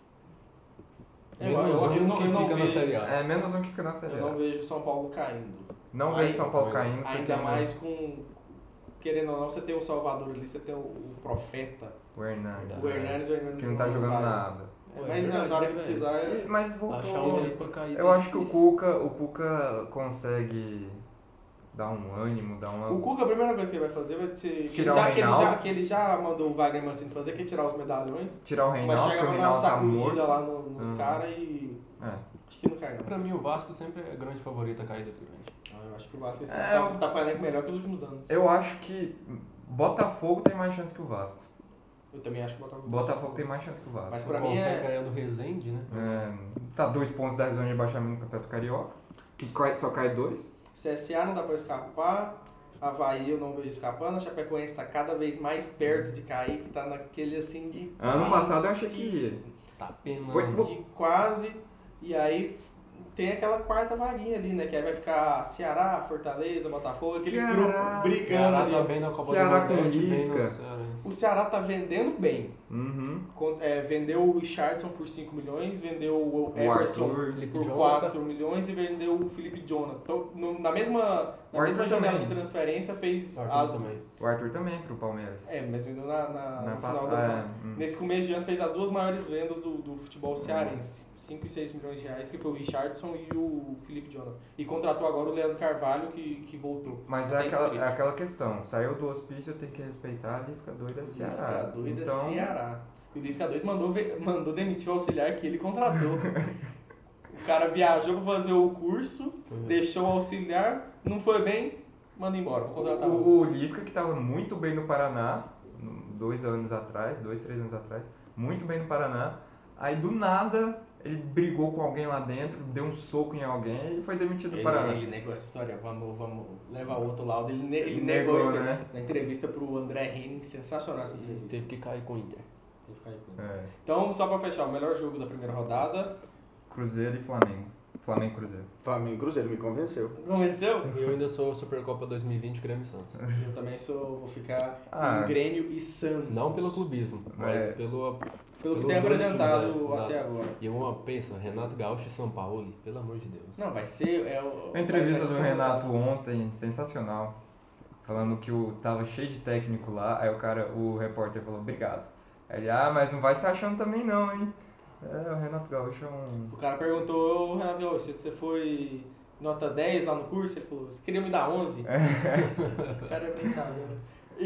Menos um que fica na Série A. Menos um que fica na Série A. Eu não vejo o São Paulo caindo. Não vejo o São Paulo caindo. Ainda mais com... Querendo ou não, você tem o Salvador ali, você tem o Profeta. O Hernandes. O Hernandes que não tá jogando nada. Mas na hora que precisar... Mas voltou. Achar um aí pra cair. Eu acho que o Cuca consegue dar um ânimo, dar uma... O Cuca, a primeira coisa que ele vai fazer vai ser... Tirar o Reinaldo. Que ele já mandou o Wagner Mancini fazer, que é tirar os medalhões. Tirar o Vai Reinaldo, chegar porque o pra dar uma Reinaldo tá sacudida morto. lá nos caras e... Acho que não cai não. Pra mim, o Vasco sempre é grande favorito a cair das grandes. Eu acho que o Vasco esse É, ano tá com o elenco melhor que os últimos anos. Eu acho que Botafogo tem mais chance que o Vasco. Eu também acho que o Botafogo tem mais chance que o Vasco. Mas pra Consegue mim é... ganhar do Resende, né? Tá 2 pontos da zona de rebaixamento do Campeonato Carioca. Que só cai 2. CSA não dá pra escapar. Havaí eu não vejo escapando. A Chapecoense tá cada vez mais perto de cair, que tá naquele assim de... Ano passado eu achei que ia. Tá penando. de quase, e aí tem aquela quarta vaguinha ali, né? Que aí vai ficar Ceará, Fortaleza, Botafogo, aquele Ceará, grupo brigando Ceará ali. tá bem na Copa Ceará do com Nordeste, bem Lisca. no Ceará. O Ceará tá vendendo bem. Uhum. Vendeu o Richardson por 5 milhões, vendeu o Everson Arthur, Felipe por Jonathan. 4 milhões e vendeu o Felipe Jonathan. Na mesma Arthur janela também. de transferência fez Arthur as... também. O Arthur também pro Palmeiras. mas vendeu no final do passada. Nesse começo de ano fez as duas maiores vendas do futebol cearense. 5 e 6 milhões de reais, que foi o Richardson e o Felipe Jonathan. E contratou agora o Leandro Carvalho, que voltou. Mas Não é tem aquela, script. é aquela questão, saiu do hospício, tem que respeitar a Lisca doida Ceará. Lisca doida Então, Ceará. E o Lisca doido mandou demitir o auxiliar que ele contratou. O cara viajou pra fazer o curso, deixou o auxiliar, não foi bem, manda embora, vou contratar outro. o Lisca, que estava muito bem no Paraná, 2, 3 anos atrás, muito bem no Paraná, aí do nada ele brigou com alguém lá dentro, deu um soco em alguém e foi demitido do Paraná. Ele negou essa história, vamos levar o outro lado. Ele Negou, negou isso né? na entrevista pro André Henning, sensacional essa entrevista. Teve que cair com o Inter. Teve que cair com ele. É, Então, só pra fechar, o melhor jogo da primeira rodada. Cruzeiro e Flamengo. Flamengo e Cruzeiro. Flamengo e Cruzeiro me convenceu. Convenceu? Eu ainda sou Supercopa 2020 Grêmio e Santos. Eu também vou ficar Ah. em Grêmio e Santos. Não pelo clubismo, mas É. pelo Pelo que pelos tem dois apresentado times, né? até agora. E uma pensa, Renato Gaúcho e São Paulo, pelo amor de Deus. Não, vai ser... A entrevista vai do ser Renato ontem, sensacional. Falando que tava cheio de técnico lá, aí o repórter falou, obrigado. Aí ele, mas não vai se achando também não, hein? O Renato Gaúcho é um... O cara perguntou, ô Renato Gaúcho, você foi nota 10 lá no curso? Ele falou, você queria me dar 11? O cara é brincadeira.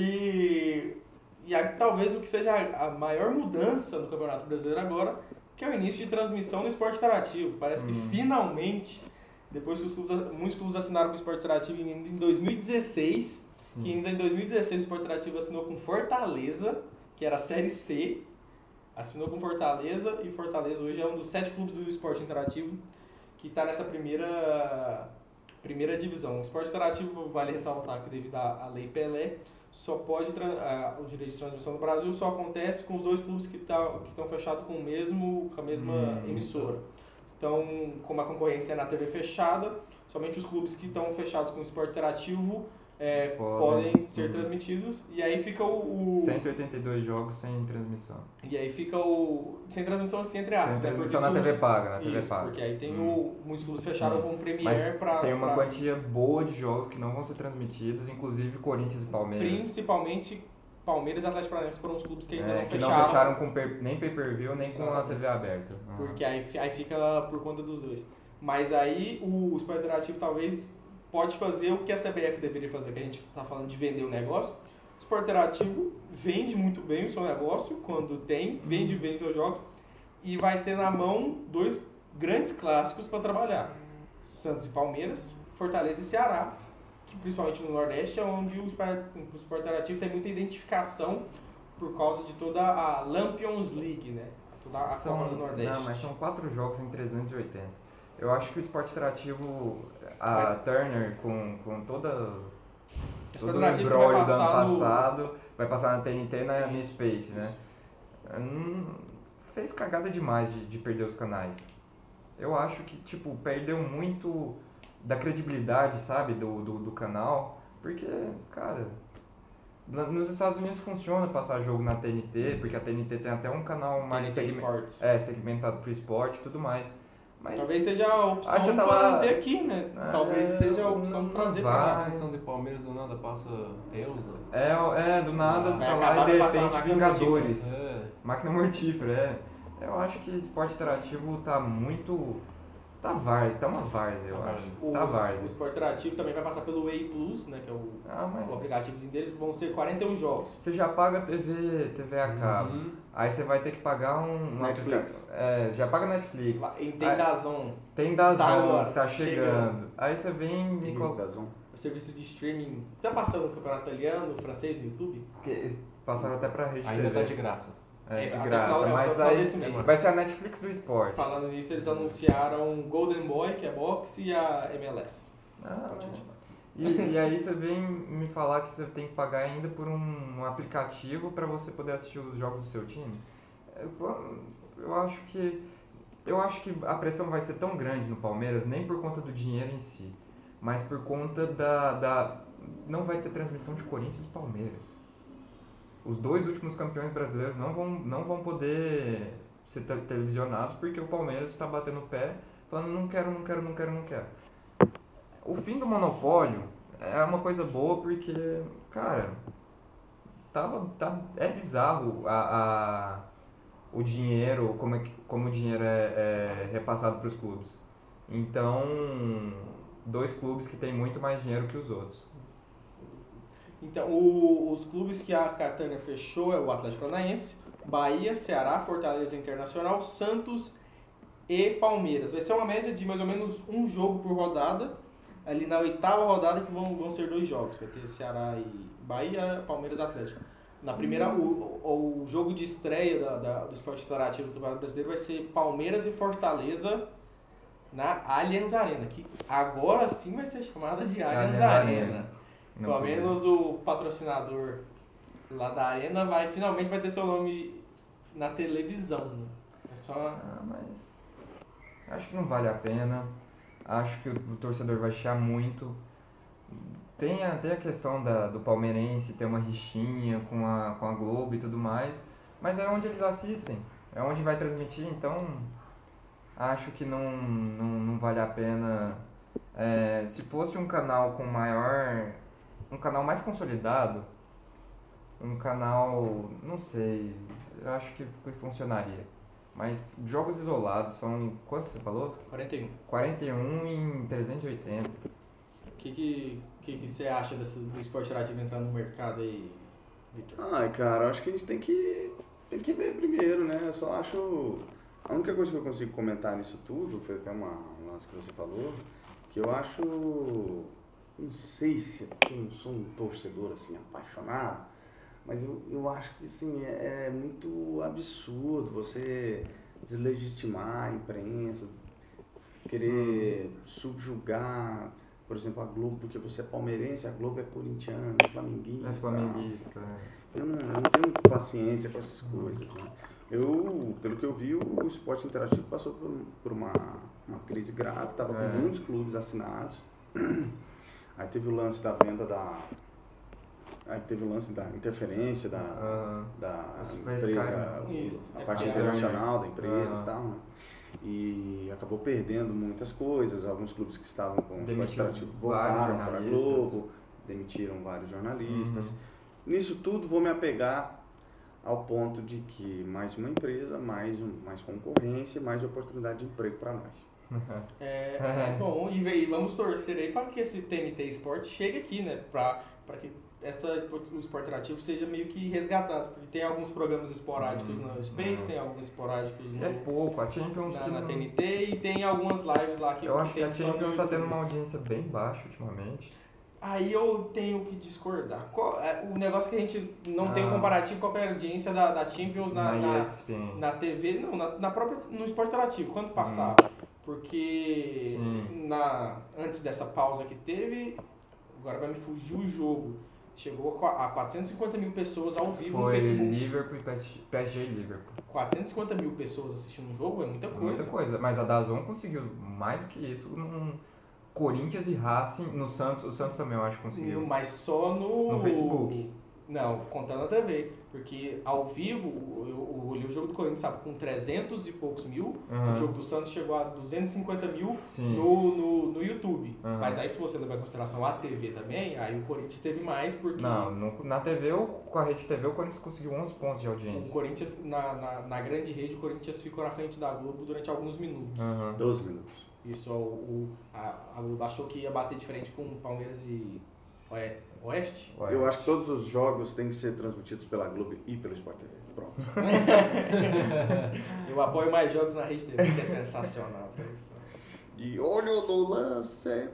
E talvez o que seja a maior mudança no Campeonato Brasileiro agora, que é o início de transmissão no esporte interativo. Parece que finalmente, depois que muitos clubes assinaram com o esporte interativo ainda em 2016, que ainda em 2016 o esporte interativo assinou com Fortaleza, que era a Série C, assinou com Fortaleza, e Fortaleza hoje é um dos 7 clubes do esporte interativo que está nessa primeira divisão. O esporte interativo, vale ressaltar que devido à Lei Pelé, só pode os direitos de transmissão no Brasil só acontece com os 2 clubes que estão fechados com a mesma emissora. Então, como a concorrência é na TV fechada, somente os clubes que estão fechados com o esporte interativo podem ser transmitidos, e aí fica 182 jogos sem transmissão. E aí fica sem transmissão, assim, entre aspas. Sem né? Porque transmissão na se TV paga, na TV Isso, paga. porque aí tem muitos clubes fecharam Sim. com o Premiere Mas pra... tem uma quantia boa de jogos que não vão ser transmitidos, inclusive Corinthians e Palmeiras. Principalmente Palmeiras e Atlético Paranaense foram os clubes que ainda não que fecharam. não fecharam com nem pay-per-view, nem com a Exatamente. TV aberta. Porque aí fica por conta dos dois. Mas aí o esporte interativo talvez pode fazer o que a CBF deveria fazer, que a gente está falando de vender o negócio. O esporte interativo vende muito bem o seu negócio, quando vende bem os seus jogos, e vai ter na mão 2 grandes clássicos para trabalhar. Santos e Palmeiras, Fortaleza e Ceará, que principalmente no Nordeste é onde o esporte interativo tem muita identificação por causa de toda a Lampions League, né? Toda a Copa do Nordeste. Não, mas são 4 jogos em 380. Eu acho que o esporte interativo, a Turner, com todo o embrólio do ano passado, vai passar na TNT e na Space, né? Fez cagada demais de perder os canais. Eu acho que, perdeu muito da credibilidade, sabe, do canal, porque, cara, nos Estados Unidos funciona passar jogo na TNT, porque a TNT tem até um canal mais segmentado pro esporte e tudo mais. Mas talvez seja a opção de trazer aqui, né? Talvez seja a opção de trazer pra cá. Santos e Palmeiras do nada passa Elza. Do nada você tá lá e de repente Vingadores. Máquina mortífera, Eu acho que esporte interativo tá muito Tá uma várzea, eu acho. Tá O várzea. Sport Interativo também vai passar pelo Way Plus, né, que é o Mas aplicativozinho deles, vão ser 41 jogos. você já paga TV a cabo. Aí você vai ter que pagar um Netflix. já paga Netflix. E tem Aí- DAZN, Tem DAZN agora, que tá chegando. chegando. Aí você vem e me Isso, coloca. da Zon. o serviço de streaming. Tá passando o campeonato italiano, francês no YouTube? Passaram até pra rede Ainda TV. tá de graça. É, de até graça. final Mas desse aí mês. vai ser a Netflix do esporte. Falando nisso, eles anunciaram Golden Boy, que é boxe, e a MLS. Ah, Pode continuar. e aí você vem me falar que você tem que pagar ainda por um aplicativo para você poder assistir os jogos do seu time? Eu acho que a pressão vai ser tão grande no Palmeiras, nem por conta do dinheiro em si, mas por conta não vai ter transmissão de Corinthians e Palmeiras. Os dois últimos campeões brasileiros não vão poder ser televisionados porque o Palmeiras está batendo o pé falando não quero. O fim do monopólio é uma coisa boa porque, cara, é bizarro o dinheiro, como o dinheiro é repassado para os clubes. Então, dois clubes que têm muito mais dinheiro que os outros. Então, os clubes que a Turner fechou é o Atlético Paranaense, Bahia, Ceará, Fortaleza Internacional, Santos e Palmeiras. Vai ser uma média de mais ou menos um jogo por rodada. Ali na 8ª rodada que vão ser 2 jogos. Vai ter Ceará e Bahia, Palmeiras e Atlético. Na primeira, o jogo de estreia do Esporte Interativo do Campeonato Brasileiro vai ser Palmeiras e Fortaleza na Allianz Arena, que agora sim vai ser chamada de Allianz Arena. Pelo menos o patrocinador lá da Arena finalmente vai ter seu nome na televisão. Né? É só... Mas acho que não vale a pena. Acho que o torcedor vai chiar muito. Tem até a questão do palmeirense ter uma rixinha com a Globo e tudo mais, mas é onde eles assistem, é onde vai transmitir, então acho que não vale a pena. Se fosse um canal um canal mais consolidado, um canal, não sei, eu acho que funcionaria. Mas jogos isolados são, quantos você falou? 41. 41 em 380. O que você acha do esporte interativo entrar no mercado aí, Victor? Cara, eu acho que a gente tem que ver primeiro, né? Eu só acho... A única coisa que eu consigo comentar nisso tudo, foi até um lance que você falou, que eu acho... Não sei se eu não sou um torcedor, assim, apaixonado, mas eu acho que, assim, é muito absurdo você deslegitimar a imprensa, querer subjugar, por exemplo, a Globo, porque você é palmeirense, a Globo é corintiana, flamenguista. É flamenguista. Eu não tenho paciência com essas coisas, né? Pelo que eu vi, o esporte interativo passou por uma crise grave, estava com muitos clubes assinados. Aí teve o lance da venda Aí teve o lance da interferência da empresa, Isso, a parte internacional da empresa e tal, né? E acabou perdendo muitas coisas. Alguns clubes que estavam com o esporte interativo voltaram para a Globo, demitiram vários jornalistas. Nisso tudo vou me apegar ao ponto de que mais uma empresa, mais concorrência, mais oportunidade de emprego para nós. Bom, e vamos torcer aí para que esse TNT Sport chegue aqui, né? Para que o esporte interativo seja meio que resgatado. Porque tem alguns programas esporádicos no Space, tem alguns esporádicos É pouco, a Champions na TNT e tem algumas lives lá que eu acho que tem a Champions está tendo uma audiência bem baixa ultimamente. Aí eu tenho que discordar. O negócio que a gente não tem um comparativo, qual que é a audiência da Champions na TV, não, na própria, no esporte interativo, quanto passava. Porque antes dessa pausa que teve, agora vai me fugir o jogo, chegou a 450 mil pessoas ao vivo no Facebook. Foi Liverpool e PSG e Liverpool. 450 mil pessoas assistindo um jogo é muita coisa. Muita coisa, mas a DAZN conseguiu mais do que isso Corinthians e Racing, no Santos, o Santos também eu acho que conseguiu. Mas só no Facebook. Não, contando a TV. Porque ao vivo, eu olhei o jogo do Corinthians, sabe, com 300 e poucos mil. O jogo do Santos chegou a 250 mil no YouTube. Mas aí se você levar em consideração a TV também, aí o Corinthians teve mais porque... Não, na TV, com a Rede TV, o Corinthians conseguiu 11 pontos de audiência. O Corinthians, na grande rede, o Corinthians ficou na frente da Globo durante alguns minutos. 12 minutos. Isso, a Globo achou que ia bater de frente com Palmeiras e Oeste. Eu acho que todos os jogos têm que ser transmitidos pela Globo e pelo Sport TV. Pronto. Eu apoio mais jogos na Rede TV, que é sensacional. E olho no lance.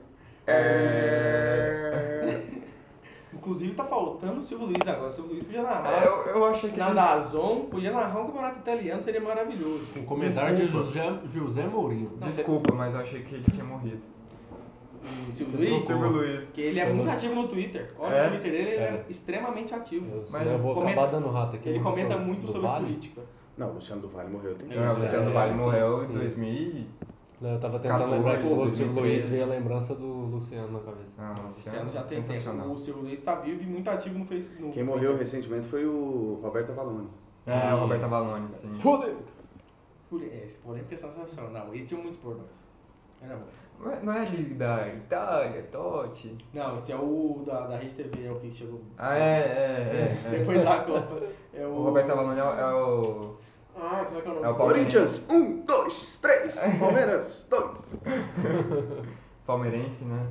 Inclusive tá faltando o Silvio Luiz agora. O Silvio Luiz podia narrar. Eu achei que Na DAZN, podia narrar um campeonato italiano, seria maravilhoso. Um comentário de José Mourinho. Desculpa, mas eu achei que ele tinha morrido. O Silvio Você Luiz, Silvio Luiz. que ele é muito ativo no Twitter. Olha, o Twitter dele ele é extremamente ativo. Mas eu vou comenta- acabar dando rato aqui. Ele no comenta do muito sobre Vale. política. Não, o Luciano do Vale morreu. Tem que É, O Luciano do Vale sim, morreu em sim. 2000. Não, eu tava tentando 14, lembrar que falou o Silvio 2013. Luiz, veio a lembrança do Luciano na cabeça. Ah, o Esse ano já tem tempo. sensacional. O Silvio Luiz tá vivo e muito ativo no Facebook. Quem morreu recentemente foi o Roberto Avalone. É, o Roberto Avalone, sim. Esse polêmica é sensacional. Ele tinha muito por nós. Era bom. Não é ali da Itália, Totti? Não, esse é o da Rede TV, é o que chegou Ah, é. depois da Copa. É O Roberto Avalone é o... Ah, como é que é o nome? É o Palmeirense. Corinthians, 1, 2, 3. Palmeiras, 2. Palmeirense, né?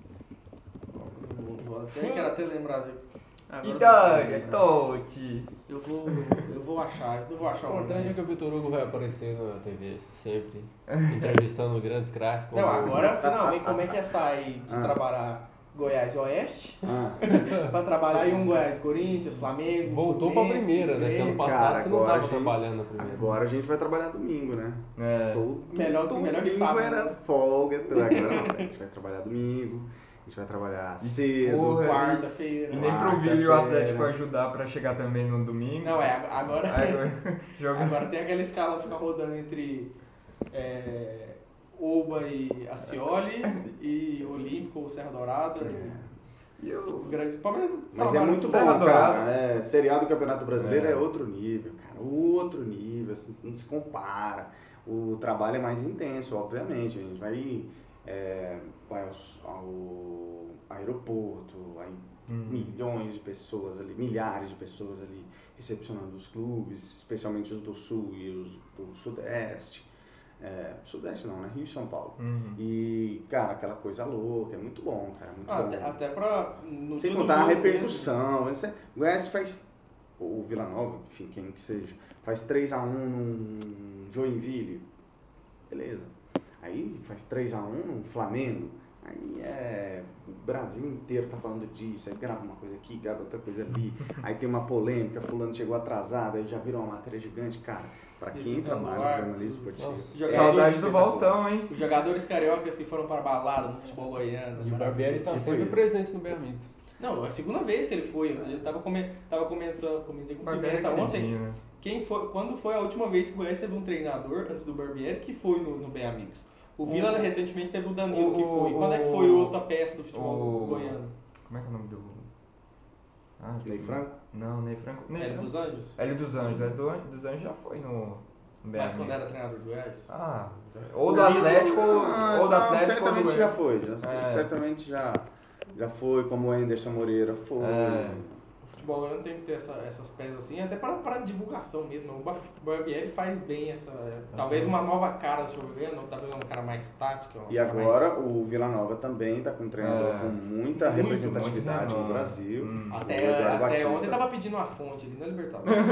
Eu quero até lembrar dele. Agora eu Itália, não vou lembrar. Totti. Eu vou achar O o importante é nome. que o Vitor Hugo vai aparecer na TV sempre, entrevistando grandes craques. como Não, o- agora finalmente como é que é sair de Ah. trabalhar Goiás e Oeste Ah, pra trabalhar em um Goiás, Corinthians, Flamengo, Voltou pra Fluminense, primeira, né? Porque ano Grêmio. passado Cara, você não agora tava a gente- trabalhando na primeira. agora a gente vai trabalhar domingo, né? É. Melhor que domingo sábado. era folga. Agora não, a gente vai trabalhar domingo. A gente vai trabalhar cedo. Porra. Quarta-feira. E nem pro Vila e o Atlético ajudar pra chegar também no domingo. Não, agora, Joga... agora tem aquela escala que fica rodando entre Oba e Acioli e Olímpico ou Serra Dourada. E Os eu... grandes. Palmeiras Mas é trabalha muito Serra bom, Dourada. cara. Seriado do Campeonato Brasileiro É. é outro nível, cara. Outro nível, assim, não se compara. O trabalho é mais intenso, obviamente. A gente vai ao aeroporto, aí milhões de pessoas ali, milhares de pessoas ali recepcionando os clubes, especialmente os do Sul e os do Sudeste. Sudeste não, né? Rio e São Paulo. E, cara, aquela coisa louca, é muito bom, cara. Muito bom. até pra. No Sem dia do contar a jogo repercussão. O Goiás faz, o Vila Nova, enfim, quem que seja, faz 3x1 num Joinville. Beleza. Aí faz 3x1 no Flamengo. Aí o Brasil inteiro tá falando disso. Aí grava uma coisa aqui, grava outra coisa ali. Aí tem uma polêmica, fulano chegou atrasado, aí já virou uma matéria gigante. Cara, pra quem Decisão do trabalha no árbitro. jornalismo esportivo. Jogadores- Saudade do Valtão, hein? Os jogadores cariocas que foram para balada no futebol goiano. E o Barbieri tá Tipo sempre isso. presente no Bem Amigos. Não, é a segunda vez que ele foi. Ele tava comentando, comentei com o Barbieri Pimenta ontem. queridinho, né? Quando foi a última vez que o Goiás teve um treinador, antes do Barbieri, que foi no Bem Amigos? O Vila recentemente teve o Danilo que foi. Quando é que foi outra peça do futebol goiano? Como é que é o nome do... Ney Franco? Não, Ney Franco. Hélio dos Anjos? Hélio dos Anjos. Hélio dos Anjos já foi no BR. Mas quando era treinador do Goiás? Ah, ou do Atlético, ou do Atlético, ou do certamente Goiás. já foi. É. Certamente já foi, como o Anderson Moreira foi. O futebol goiano tem que ter essas peças assim, até para divulgação mesmo. O Barbieri faz bem essa. Talvez uma nova cara do futebol goiano, talvez uma cara mais tática. uma E cara agora o Vila Nova também está com um treinador com muita Muito, representatividade muito no Brasil. mais... O Eduardo Até Batista. ontem tava pedindo a fonte ali na Libertadores.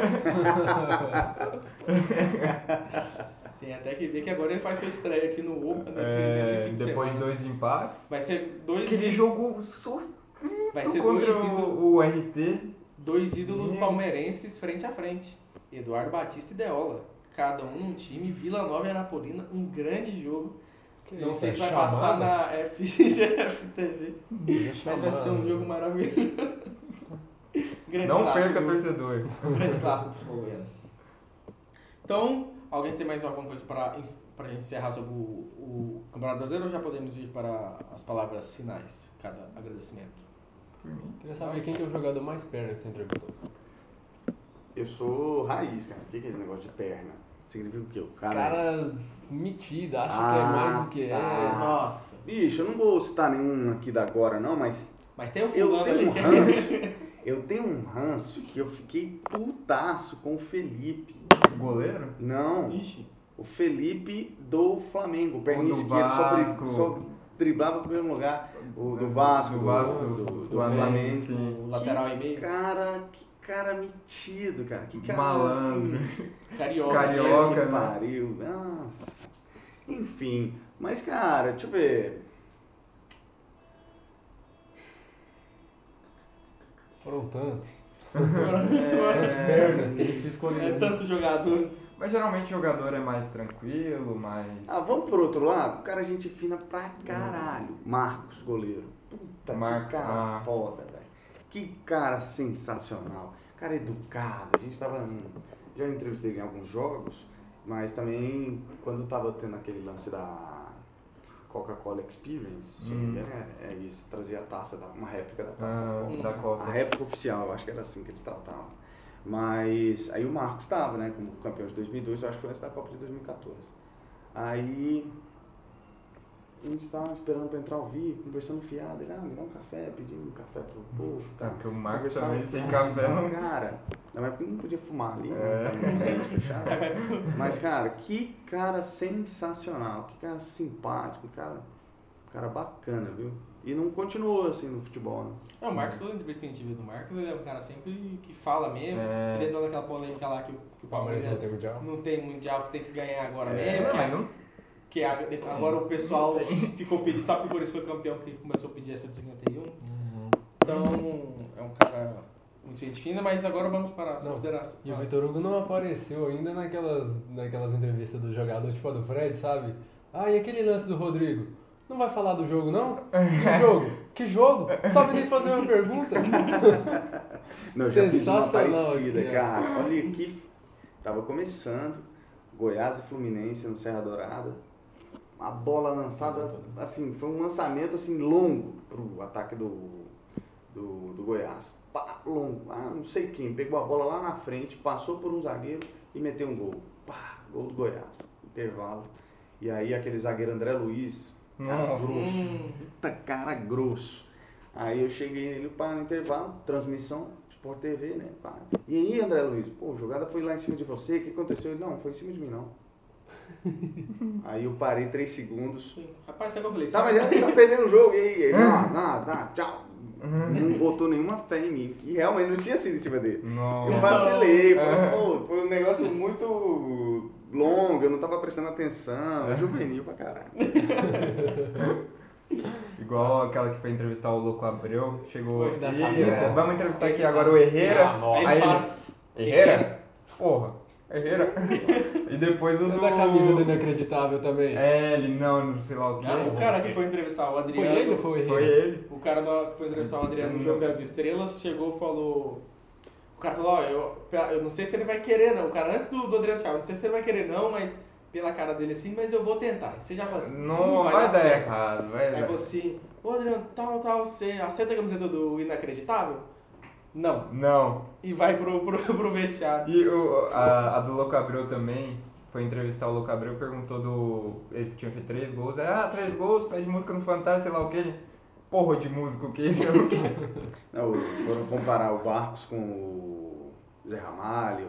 Tem até que ver que agora ele faz sua estreia aqui no Opa nesse fim de depois de semana. 2 empates. Vai ser dois Aquele jogo sofrido Vai ser contra o RT. dois ídolos palmeirenses frente a frente. Eduardo Batista e Deola. Cada um num time, Vila Nova e Anapolina, um grande jogo. Não sei se vai passar na FTV, mas vai ser um jogo maravilhoso. Grande Não clássico perca, do- torcedor. Grande clássico do futebol goiano. Então, alguém tem mais alguma coisa para gente encerrar sobre o Campeonato Brasileiro ou já podemos ir para as palavras finais? Cada agradecimento. Queria saber quem que é o jogador mais perna que você entrevistou. Eu sou raiz, cara. O que é esse negócio de perna? Significa o quê? O Cara metido, acha que é mais do que tá. é. Nossa. Bicho, eu não vou citar nenhum aqui da agora não, mas Mas tem o eu fulano tenho ali um que é... ranço. Eu tenho um ranço que eu fiquei putaço com o Felipe. Goleiro? Não, Ixi. o Felipe do Flamengo, perninha do esquerda, Vasco. só driblava o primeiro lugar, o do Vasco, do Flamengo. sim. O lateral e meio. Que cara metido, cara. Que cara Malandro. assim, Carioca. Carioca. que né? pariu. Nossa. Enfim, mas cara, deixa eu ver. Foram tantos. Tantos merda que ele fez com É ele. tantos jogadores. Mas geralmente o jogador é mais tranquilo, mais... Vamos por outro lado? O cara é gente fina pra caralho. Marcos, goleiro. Puta, Marcos, que cara foda, velho. Que cara sensacional. Cara educado. A gente tava... Já entrevistei em alguns jogos, mas também quando tava tendo aquele lance da Coca-Cola Experience, se não me engano, é isso. Trazia a taça, uma réplica da taça da Coca. da Copa. A réplica oficial, eu acho que era assim que eles tratavam. Mas aí o Marcos estava, né, como campeão de 2002, eu acho que foi antes da Copa de 2014. Aí a gente estava esperando para entrar ao vivo, conversando fiado, ele, me dá um café, pedindo um café pro povo. Porque o Marcos Conversava também sem fiado, café não... Cara, na época não podia fumar ali, né, tá fechado. Mas cara, que cara sensacional, que cara simpático, cara bacana, viu? E não continuou assim no futebol, né? O Marcos, toda entrevista que a gente vê do Marcos, ele é um cara sempre que fala mesmo. É. Ele entrou naquela polêmica lá que o Palmeiras Palmeiras não tem mundial. não tem mundial, que tem que ganhar agora É, mesmo. Que agora o pessoal ficou pedindo, só porque o Corinthians foi campeão que começou a pedir essa de 51. Então, é um cara muito gente fina, mas agora vamos para as Não. considerações. E o Vitor Hugo não apareceu ainda naquelas entrevistas do jogador, tipo a do Fred, sabe? E aquele lance do Rodrigo? Não vai falar do jogo, não? Que jogo? Que jogo? Só vem fazer uma pergunta? Não, eu já fiz uma Sensacional parecida, aqui, cara. Olha aqui, tava começando, Goiás e Fluminense no Serra Dourada. A bola lançada, assim, foi um lançamento assim longo pro ataque do Goiás. Pá, longo, não sei quem, pegou a bola lá na frente, passou por um zagueiro e meteu um gol. Pá, gol do Goiás, intervalo. E aí aquele zagueiro André Luiz, cara Nossa. grosso, puta cara grosso. Aí eu cheguei nele no intervalo, transmissão, Sport TV, né? Pá. E aí, André Luiz, pô, a jogada foi lá em cima de você, o que aconteceu? Ele, não, foi em cima de mim não. Aí eu parei 3 segundos. Rapaz, sabe o que eu falei? Tá, mas ele tá perdendo o jogo, e aí? Ele, não, tchau. Não botou nenhuma fé em mim. E realmente não tinha sido em cima dele. Eu Nossa. vacilei, foi um negócio muito longo, eu não tava prestando atenção, juvenil pra caralho. Igual aquela que foi entrevistar o Louco Abreu, chegou... Foi da "Ih, cabeça." vamos entrevistar aqui agora o Herrera. nossa. Aí Ele ele... Herrera? Porra, Herrera. E depois o E do... da camisa do Inacreditável também. Ele não sei lá o quê. O cara que foi entrevistar o Foi Adriano. ele ou foi o Henrique? Foi ele. O cara que foi entrevistar o Adriano no Jogo das Estrelas chegou e falou. O cara falou, eu não sei se ele vai querer não. O cara antes do Adriano Thiago, não sei se ele vai querer não, mas pela cara dele assim, mas eu vou tentar. Você já fala assim, Não vai dar certo. errado, vai Aí dar. falou assim, ô Adriano, tal, você aceita a camiseta do Inacreditável? Não. Não. E vai pro vestiário. E a do Louco Abreu também, foi entrevistar o Louco Abreu, perguntou ele tinha feito 3 gols, 3 gols, pede música no Fantástico, sei lá o que, ele, porra de música o que, sei lá o que. Não, foram comparar o Barcos com o Zé Ramalho.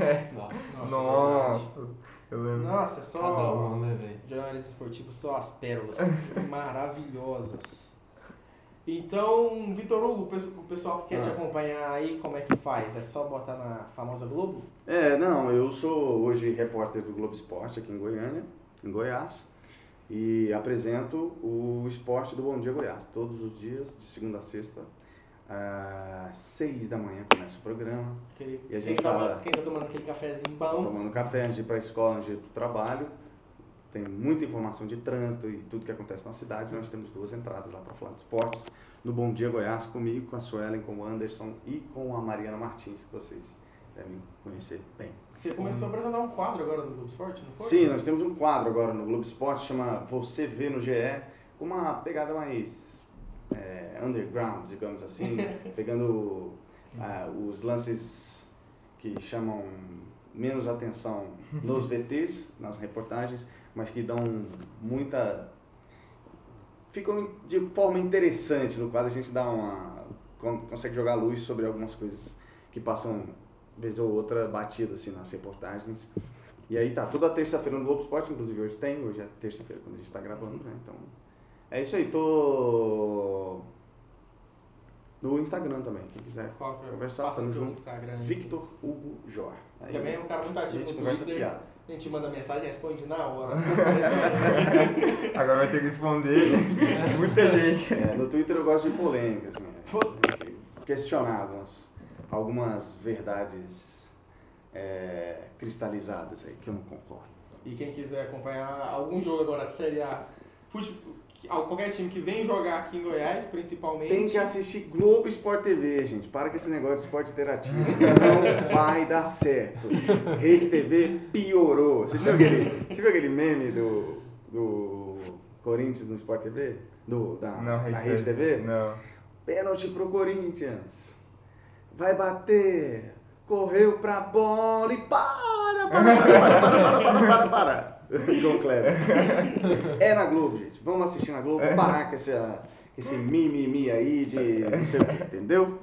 Nossa, eu lembro. Nossa, é só Cada um, né, velho? jornalistas esportivos, só as pérolas maravilhosas. Então, Vitor Hugo, o pessoal que quer te acompanhar aí, como é que faz? É só botar na famosa Globo? Não, eu sou hoje repórter do Globo Esporte aqui em Goiânia, em Goiás, e apresento o esporte do Bom Dia Goiás, todos os dias, de segunda a sexta, às 6 da manhã começa o programa. E a gente Quem tá tomando aquele cafezinho bom? tomando café antes de ir para a escola, antes de ir para o trabalho. Tem muita informação de trânsito e tudo que acontece na cidade. Nós temos 2 entradas lá para falar de esportes. No Bom Dia Goiás, comigo, com a Suelen, com o Anderson e com a Mariana Martins, que vocês devem conhecer bem. Você começou a apresentar um quadro agora no Globo Esporte, não foi? Sim, nós temos um quadro agora no Globo Esporte, chama Você Vê no GE, com uma pegada mais underground, digamos assim, pegando os lances que chamam menos atenção nos VTs, nas reportagens, mas que dão ficam de forma interessante no quadro, a gente consegue jogar luz sobre algumas coisas que passam, vez ou outra, batida assim nas reportagens. E aí tá, toda terça-feira no Globo Esporte, inclusive hoje é terça-feira quando a gente tá gravando, né? Então, é isso aí, tô no Instagram também, quem quiser Qual que é? conversar, Passa tamo seu junto. Victor Victor Hugo Jor. Aí, Também é um cara muito a ativo gente no conversa Twitter. fiado. A gente manda mensagem e responde na hora. Agora vai ter que responder muita gente. No Twitter eu gosto de polêmica, assim, questionar algumas verdades cristalizadas aí, que eu não concordo. E quem quiser acompanhar algum jogo agora, Série A, qualquer time que vem jogar aqui em Goiás, principalmente... Tem que assistir Globo Sport TV, gente. Para com esse negócio de esporte interativo. Não vai dar certo. Rede TV piorou. Você viu aquele meme do Corinthians no Sport TV? Da Rede TV? Não. Pênalti pro Corinthians. Vai bater. Correu pra bola e para. João Kleber. É na Globo, gente. Vamos assistir na Globo. Parar com esse mimimi aí de não sei o que, entendeu?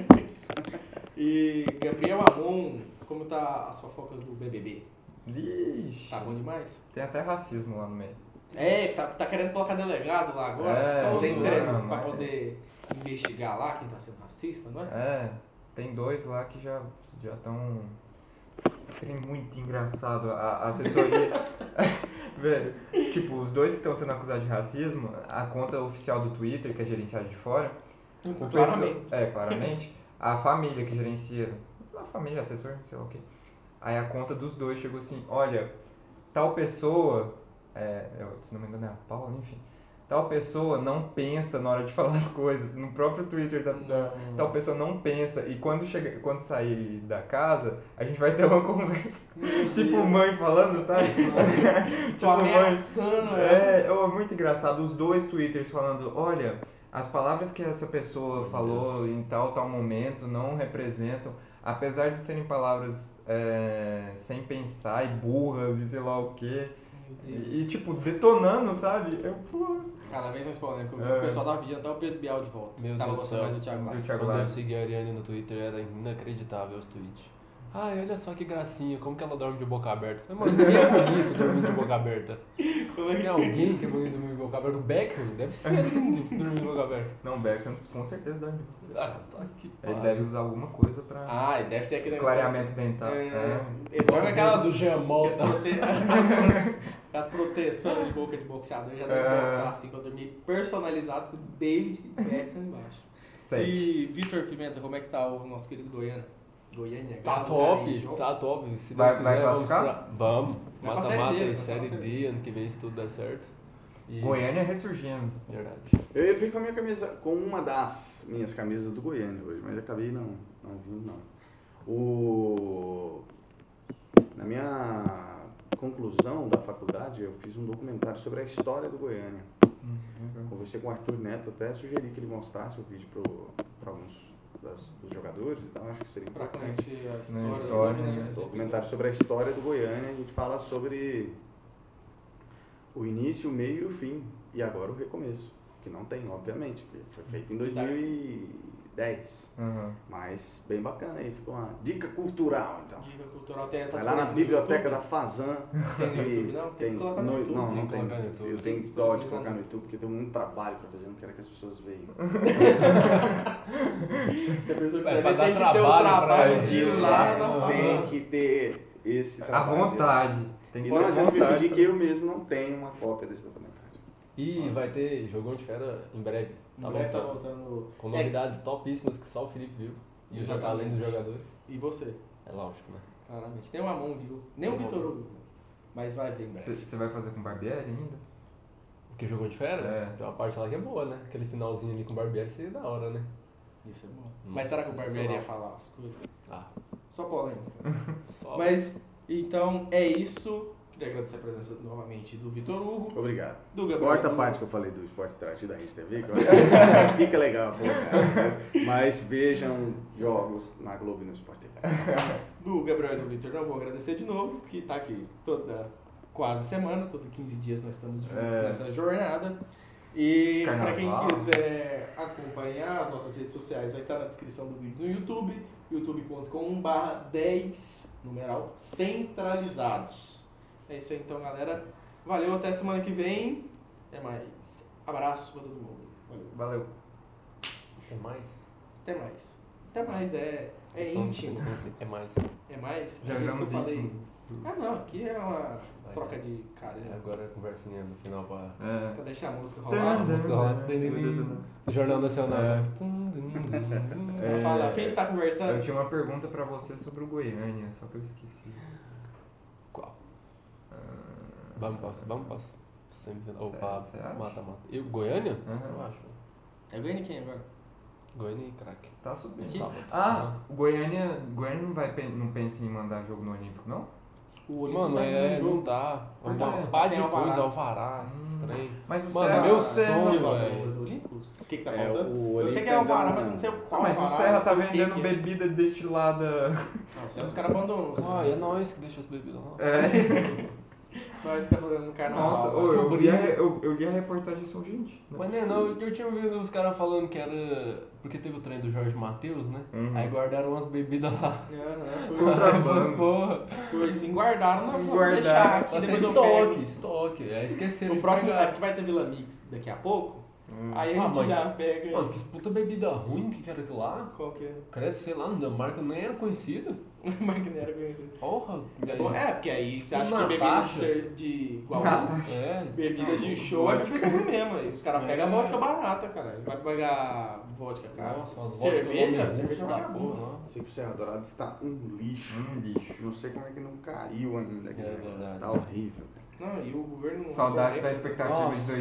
E Gabriel Amon, como tá as fofocas do BBB? Vixe. Tá bom demais? Tem até racismo lá no meio. Tá querendo colocar delegado lá agora? Pra poder investigar lá quem tá sendo racista, não é? Tem 2 lá que já estão... Trem muito engraçado. A assessoria... Velho, tipo, os 2 que estão sendo acusados de racismo, a conta oficial do Twitter, que é gerenciada de fora... Claramente. Claramente. A família que gerencia... A família, assessor, sei lá o quê. Aí a conta dos 2 chegou assim, olha, tal pessoa... se não me engano é a Paula, enfim... Tal pessoa não pensa na hora de falar as coisas. No próprio Twitter tal pessoa não pensa. E quando sair da casa, a gente vai ter uma conversa. Tipo mãe falando, sabe? Tô ameaçando. É muito engraçado. Os 2 Twitters falando, olha, as palavras que essa pessoa falou em tal momento não representam, apesar de serem palavras sem pensar e burras e sei lá o quê. E tipo, detonando, sabe? Cada vez mais polêmico. O pessoal tava pedindo até o Pedro Bial de volta. Meu tava Deus gostando do mais do Thiago Live. Quando eu segui a Ariane no Twitter, era inacreditável os tweets. Ai, olha só que gracinha, como que ela dorme de boca aberta. Mano, ninguém é bonito dormindo de boca aberta. Tem alguém que é bonito dormindo de boca aberta? O Beckham deve ser lindo dormindo de boca aberta. Não, o Beckham com certeza dorme. Tá aqui. Ele deve usar alguma coisa pra... E deve ter aquele clareamento dental. Ele dorme aquelas do Jamol. as proteções de boca de boxeador, já deve botar assim, que eu dormi personalizados com David Beckham embaixo. 7. E Vitor Pimenta, como é que tá o nosso querido Goiânia? Tá top. Se vai Deus quiser, classificar? Vamos. Vai pra Mata-mata Série D, e Série D, ano que vem, se tudo der certo. E... Goiânia ressurgindo. Verdade. Eu ia vir com a minha camisa, com uma das minhas camisas do Goiânia hoje, mas acabei não vindo não. Na minha conclusão da faculdade, eu fiz um documentário sobre a história do Goiânia. Conversei com o Arthur Neto, até sugeri que ele mostrasse o vídeo para alguns dos jogadores, então acho que seria Pra importante. conhecer a História, história do né? Goiânia. Documentário sobre a história do Goiânia, a gente fala sobre o início, o meio e o fim, e agora o recomeço, que não tem, obviamente, porque foi feito em 2010, mas bem bacana aí, ficou uma dica cultural, então. Dica cultural tem Vai lá na biblioteca da Fazan. Tem no YouTube, não? Tem que colocar no YouTube. Não tem. colocar no YouTube. Eu tenho dó de colocar no YouTube, porque tem muito trabalho pra fazer, eu não quero que as pessoas vejam. Se a pessoa Pra quiser ver, dar tem que ter o trabalho trabalho pra de ir ele. lá na Tem Fazan. que ter esse À trabalho. vontade. Tem E que não ter adianta me vontade. pedir que eu mesmo não tenho uma cópia desse documentário. E vai ter Jogão de Fera em breve. Em breve tá voltando. Com novidades topíssimas que só o Felipe viu. E já tá além dos jogadores. E você? É lógico, né? Claramente. Nem o Amon viu. Nem o Vitor Hugo. Mas vai ver em breve. Você vai fazer com Barbieri ainda? Porque Jogão de Fera? É. Tem uma parte lá que é boa, né? Aquele finalzinho ali com o Barbieri seria da hora, né? Isso é bom. Mas será que o Barbieri ia falar as coisas? Ah, Só polêmica. só. Mas, então, é isso. Queria agradecer a presença novamente do Vitor Hugo, Obrigado. do Gabriel. Corta a Amon. parte que eu falei do esporte interativo da Rede TV, que eu acho que fica legal, pô, cara. Mas vejam jogos na Globo e no Sport TV. Do Gabriel e do Vitor, não vou agradecer de novo, que tá aqui quase semana, todo 15 dias nós estamos juntos nessa jornada. E para quem Carnaval. quiser acompanhar as nossas redes sociais, vai estar na descrição do vídeo no YouTube, youtube.com/10 numeral centralizados. É isso aí então, galera. Valeu, até semana que vem. Até mais. Abraço pra todo mundo. Valeu. Tem mais? Até mais. Até mais, é Só- íntimo. É mais. É mais? Já É isso que eu viramos falei. íntimos. Ah não, aqui é uma troca de cara. Agora a conversinha no final pra... Pra deixar a música rolar. Jornal Nacional. É. Pra falar, a gente tá conversando. Eu tinha uma pergunta pra você sobre o Goiânia, só que eu esqueci. Qual? Ah, Vamos pra semifinal. Ou Cê pra acha? mata-mata. E o Goiânia? Aham. Eu acho. É Goiânia quem agora? Goiânia e craque. Tá subindo. Aqui? Sábado. Ah, o Goiânia não pensa em mandar jogo no Olímpico, não? O Olímpico Mano, tá fazendo não jogo. tá. Por Uma quê? pá Sem de alvará. coisa, alvará, esses trem. Mas o Mano, Serra... meu o Serra- sonho, Sim, velho. do Olímpico? O que tá É, faltando? o Eu sei que é Olímpico alvará, ainda mas não- não sei qual Mas o alvará, Serra não tá sei o que vendendo que é. bebida destilada... Não, isso aí os caras abandonam. Assim. Ah, é nós que deixa as bebidas lá. É. Nós que tá fazendo no carnaval. Nossa, eu li a reportagem e sou gente. Mas né, não, eu tinha ouvido os caras falando que era. Porque teve o trem do Jorge Matheus, né? Uhum. Aí guardaram umas bebidas lá. Contrabando. Porra, Foi assim, guardaram, não vou Guardaram. deixar aqui, vai ser depois eu pego. estoque. Aí esqueceram O de próximo pegar. é porque vai ter Vila Mix daqui a pouco. Aí a Ah, gente mas- já pega. Mano, que puta bebida ruim que era aquilo lá. Qual que é? Credo, sei lá, a marca nem era conhecida. Mas que nem era conhecido. Porra, e aí? Bom, é, porque aí você acha Uma que bebida de taxa. ser de igual É, bebida de show é bebida ruim mesmo. Aí os caras É. pegam vodka barata, cara. Vai pegar vodka, cara. nossa, as Cerveja? vodka Cerveja é da vagabundo. porra, ó. Sei que o Serra Dourada está um lixo. Lixo. Não sei como é que não caiu ainda. aquele É negócio. verdade. Tá horrível. Não, e o governo... Saudade da não expectativa Nossa. de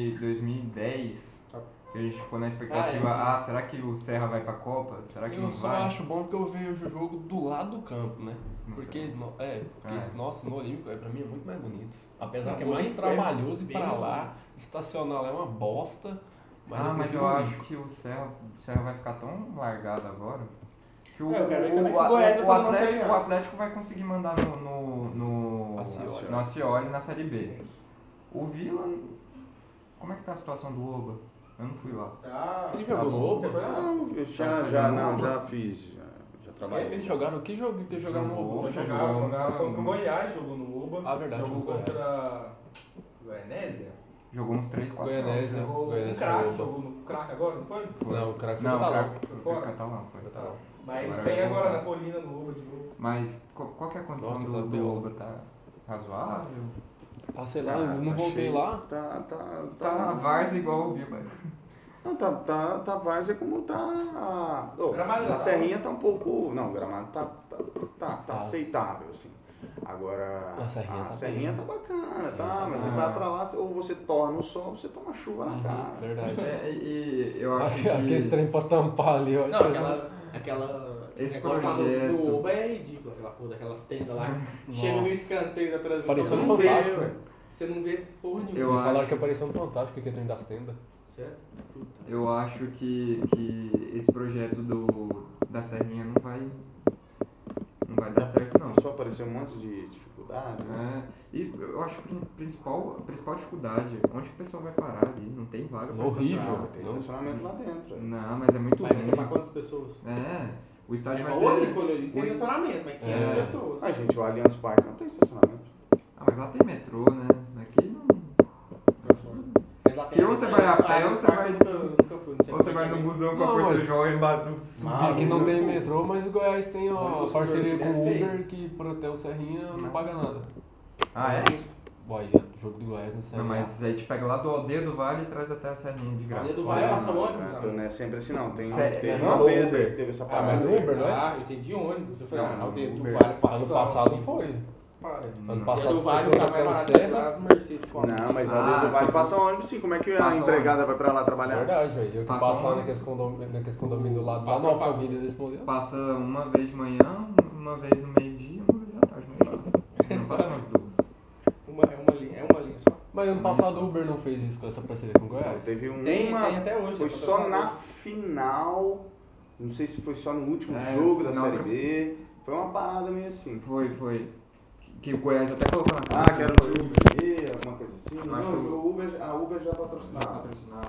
2010. Que a gente ficou na expectativa, Ah, será que o Serra vai pra Copa? Será que Eu não só vai? acho bom porque eu vejo o jogo do lado do campo, né? Não Porque, sei. porque nossa, no Olímpico pra mim é muito mais bonito. Apesar Não, que é o mais Olímpico é trabalhoso ir bem pra mais lá, bonito. estacionar lá é uma bosta. Mas Mas prefiro eu o acho Olímpico. que o Serra vai ficar tão largado agora que É, eu quero ver como é que o Goiás vai fazer na Série A. o Atlético vai conseguir mandar no Acioli. Acioli na Série B. O Vila, como é que tá a situação do Oba? Eu não fui lá. Tá. Ele jogou no Oba? Você foi lá? Não, eu Tá já fiz. Já trabalhei. Eles jogaram que jogo que jogaram no Jogou. Oba? Jogava contra o Goiás, jogou no Oba. Ah, verdade, Jogou jogou contra Goianésia. Jogou uns 3, 4 Goianésia. Jogou o Goiás Crack, foi Oba. jogou no Crack agora, não foi? Não, o craque foi Não, pra o lá. Crack Foi foi fora? Catalão, foi. Foi pra lá. Mas Agora tem vai agora voltar. na Colina no Oba de novo. Mas qual que é a condição Nossa, tá do pior. Oba? Tá razoável? Ah, sei lá, eu não voltei cheio. lá. Tá na várzea igual o Vila. Não, tá várzea como tá. Gramado a tá- Serrinha tá um pouco. Não, o gramado tá Tá. aceitável, assim. Agora. A Serrinha tá Serrinha bem. tá bacana, Serrinha tá? tá Mas você bem. vai pra lá, ou você torna o sol, ou você toma chuva na Uhum, cara. verdade. E eu acho Aqueles que... trem pra tampar ali, ó. Não, aquela Esse negócio lá projeto- do Oba é ridículo, aquela porra daquelas tendas lá. Chega no escanteio da transmissão, Parecendo você não vê, fantástico, ué. velho. Você não vê porra nenhuma. Eu Me acho- falaram que apareceu no Fantástico que é trem das tendas. Certo? Puta. Eu acho que esse projeto da Serrinha não vai dar certo, não. Só apareceu um monte de dificuldade. Né? É, e eu acho que a principal dificuldade, onde que o pessoal vai parar ali? Não tem vaga pra Horrível. estacionar. Tem estacionamento lá dentro. Não, mas é muito Vai ser pra ruim. quantas pessoas? É, o estádio É vai igual o ser... Olímpico, o Olímpico tem estacionamento, mas 500 É. pessoas. Ah, gente, o Allianz Parque não tem estacionamento. Ah, mas lá tem metrô, né? Aqui não... Mas lá tem. E ou você vai a pé, Ah, ou você Parque vai- eu nunca fui, não sei Ou você como vai é que no é. busão com a Não, força mas- jovem subindo. Aqui não tem metrô, mas o Goiás tem ó, a Ônibus parceria com com o torcida é Uber que pro Hotel Serrinha não paga nada. Ah, é? Boy, jogo do Goiás no Serrinha. Não, mas aí te pega lá do Aldeia do Vale e traz até a Serrinha de graça. Aldeia do Vale passa Não, ônibus, né? sabe? Não é sempre assim, não. Teve É, uma falou vez aí Uber. que teve essa Ah, parada. mas o Uber, não é? Ah, eu entendi ônibus. Eu falei, Não, ah, o dedo do Uber. Vale passa. Ano passado ônibus. foi. Parece. Ano Hum. passado E a do Vale você tá foi mais até o barato Serra. das Mercedes. com a Não, mas a Ah, Aldeia do Vale sim. passa ônibus sim. Como é que a Passa empregada vai pra lá trabalhar? Verdade, velho. Eu que Passa passo lá ônibus. naqueles condomínios do lado, lá no Patrão paga. Alphaville desse modelo. Passa uma vez de manhã, uma vez no meio-dia, uma vez à tarde, não passa. Não passa umas duas. É uma linha só. Mas ano passado o Uber não fez isso com essa parceria com o Não, Goiás. teve uma. Tem até hoje. Foi é só na patrocinador. final. Não sei se foi só no último É, jogo da final Série do- B. Foi uma parada meio assim. Foi. Que o Goiás até colocou na Ah, que era no Uber, alguma coisa assim. Acho Não, que- a Uber já patrocinava.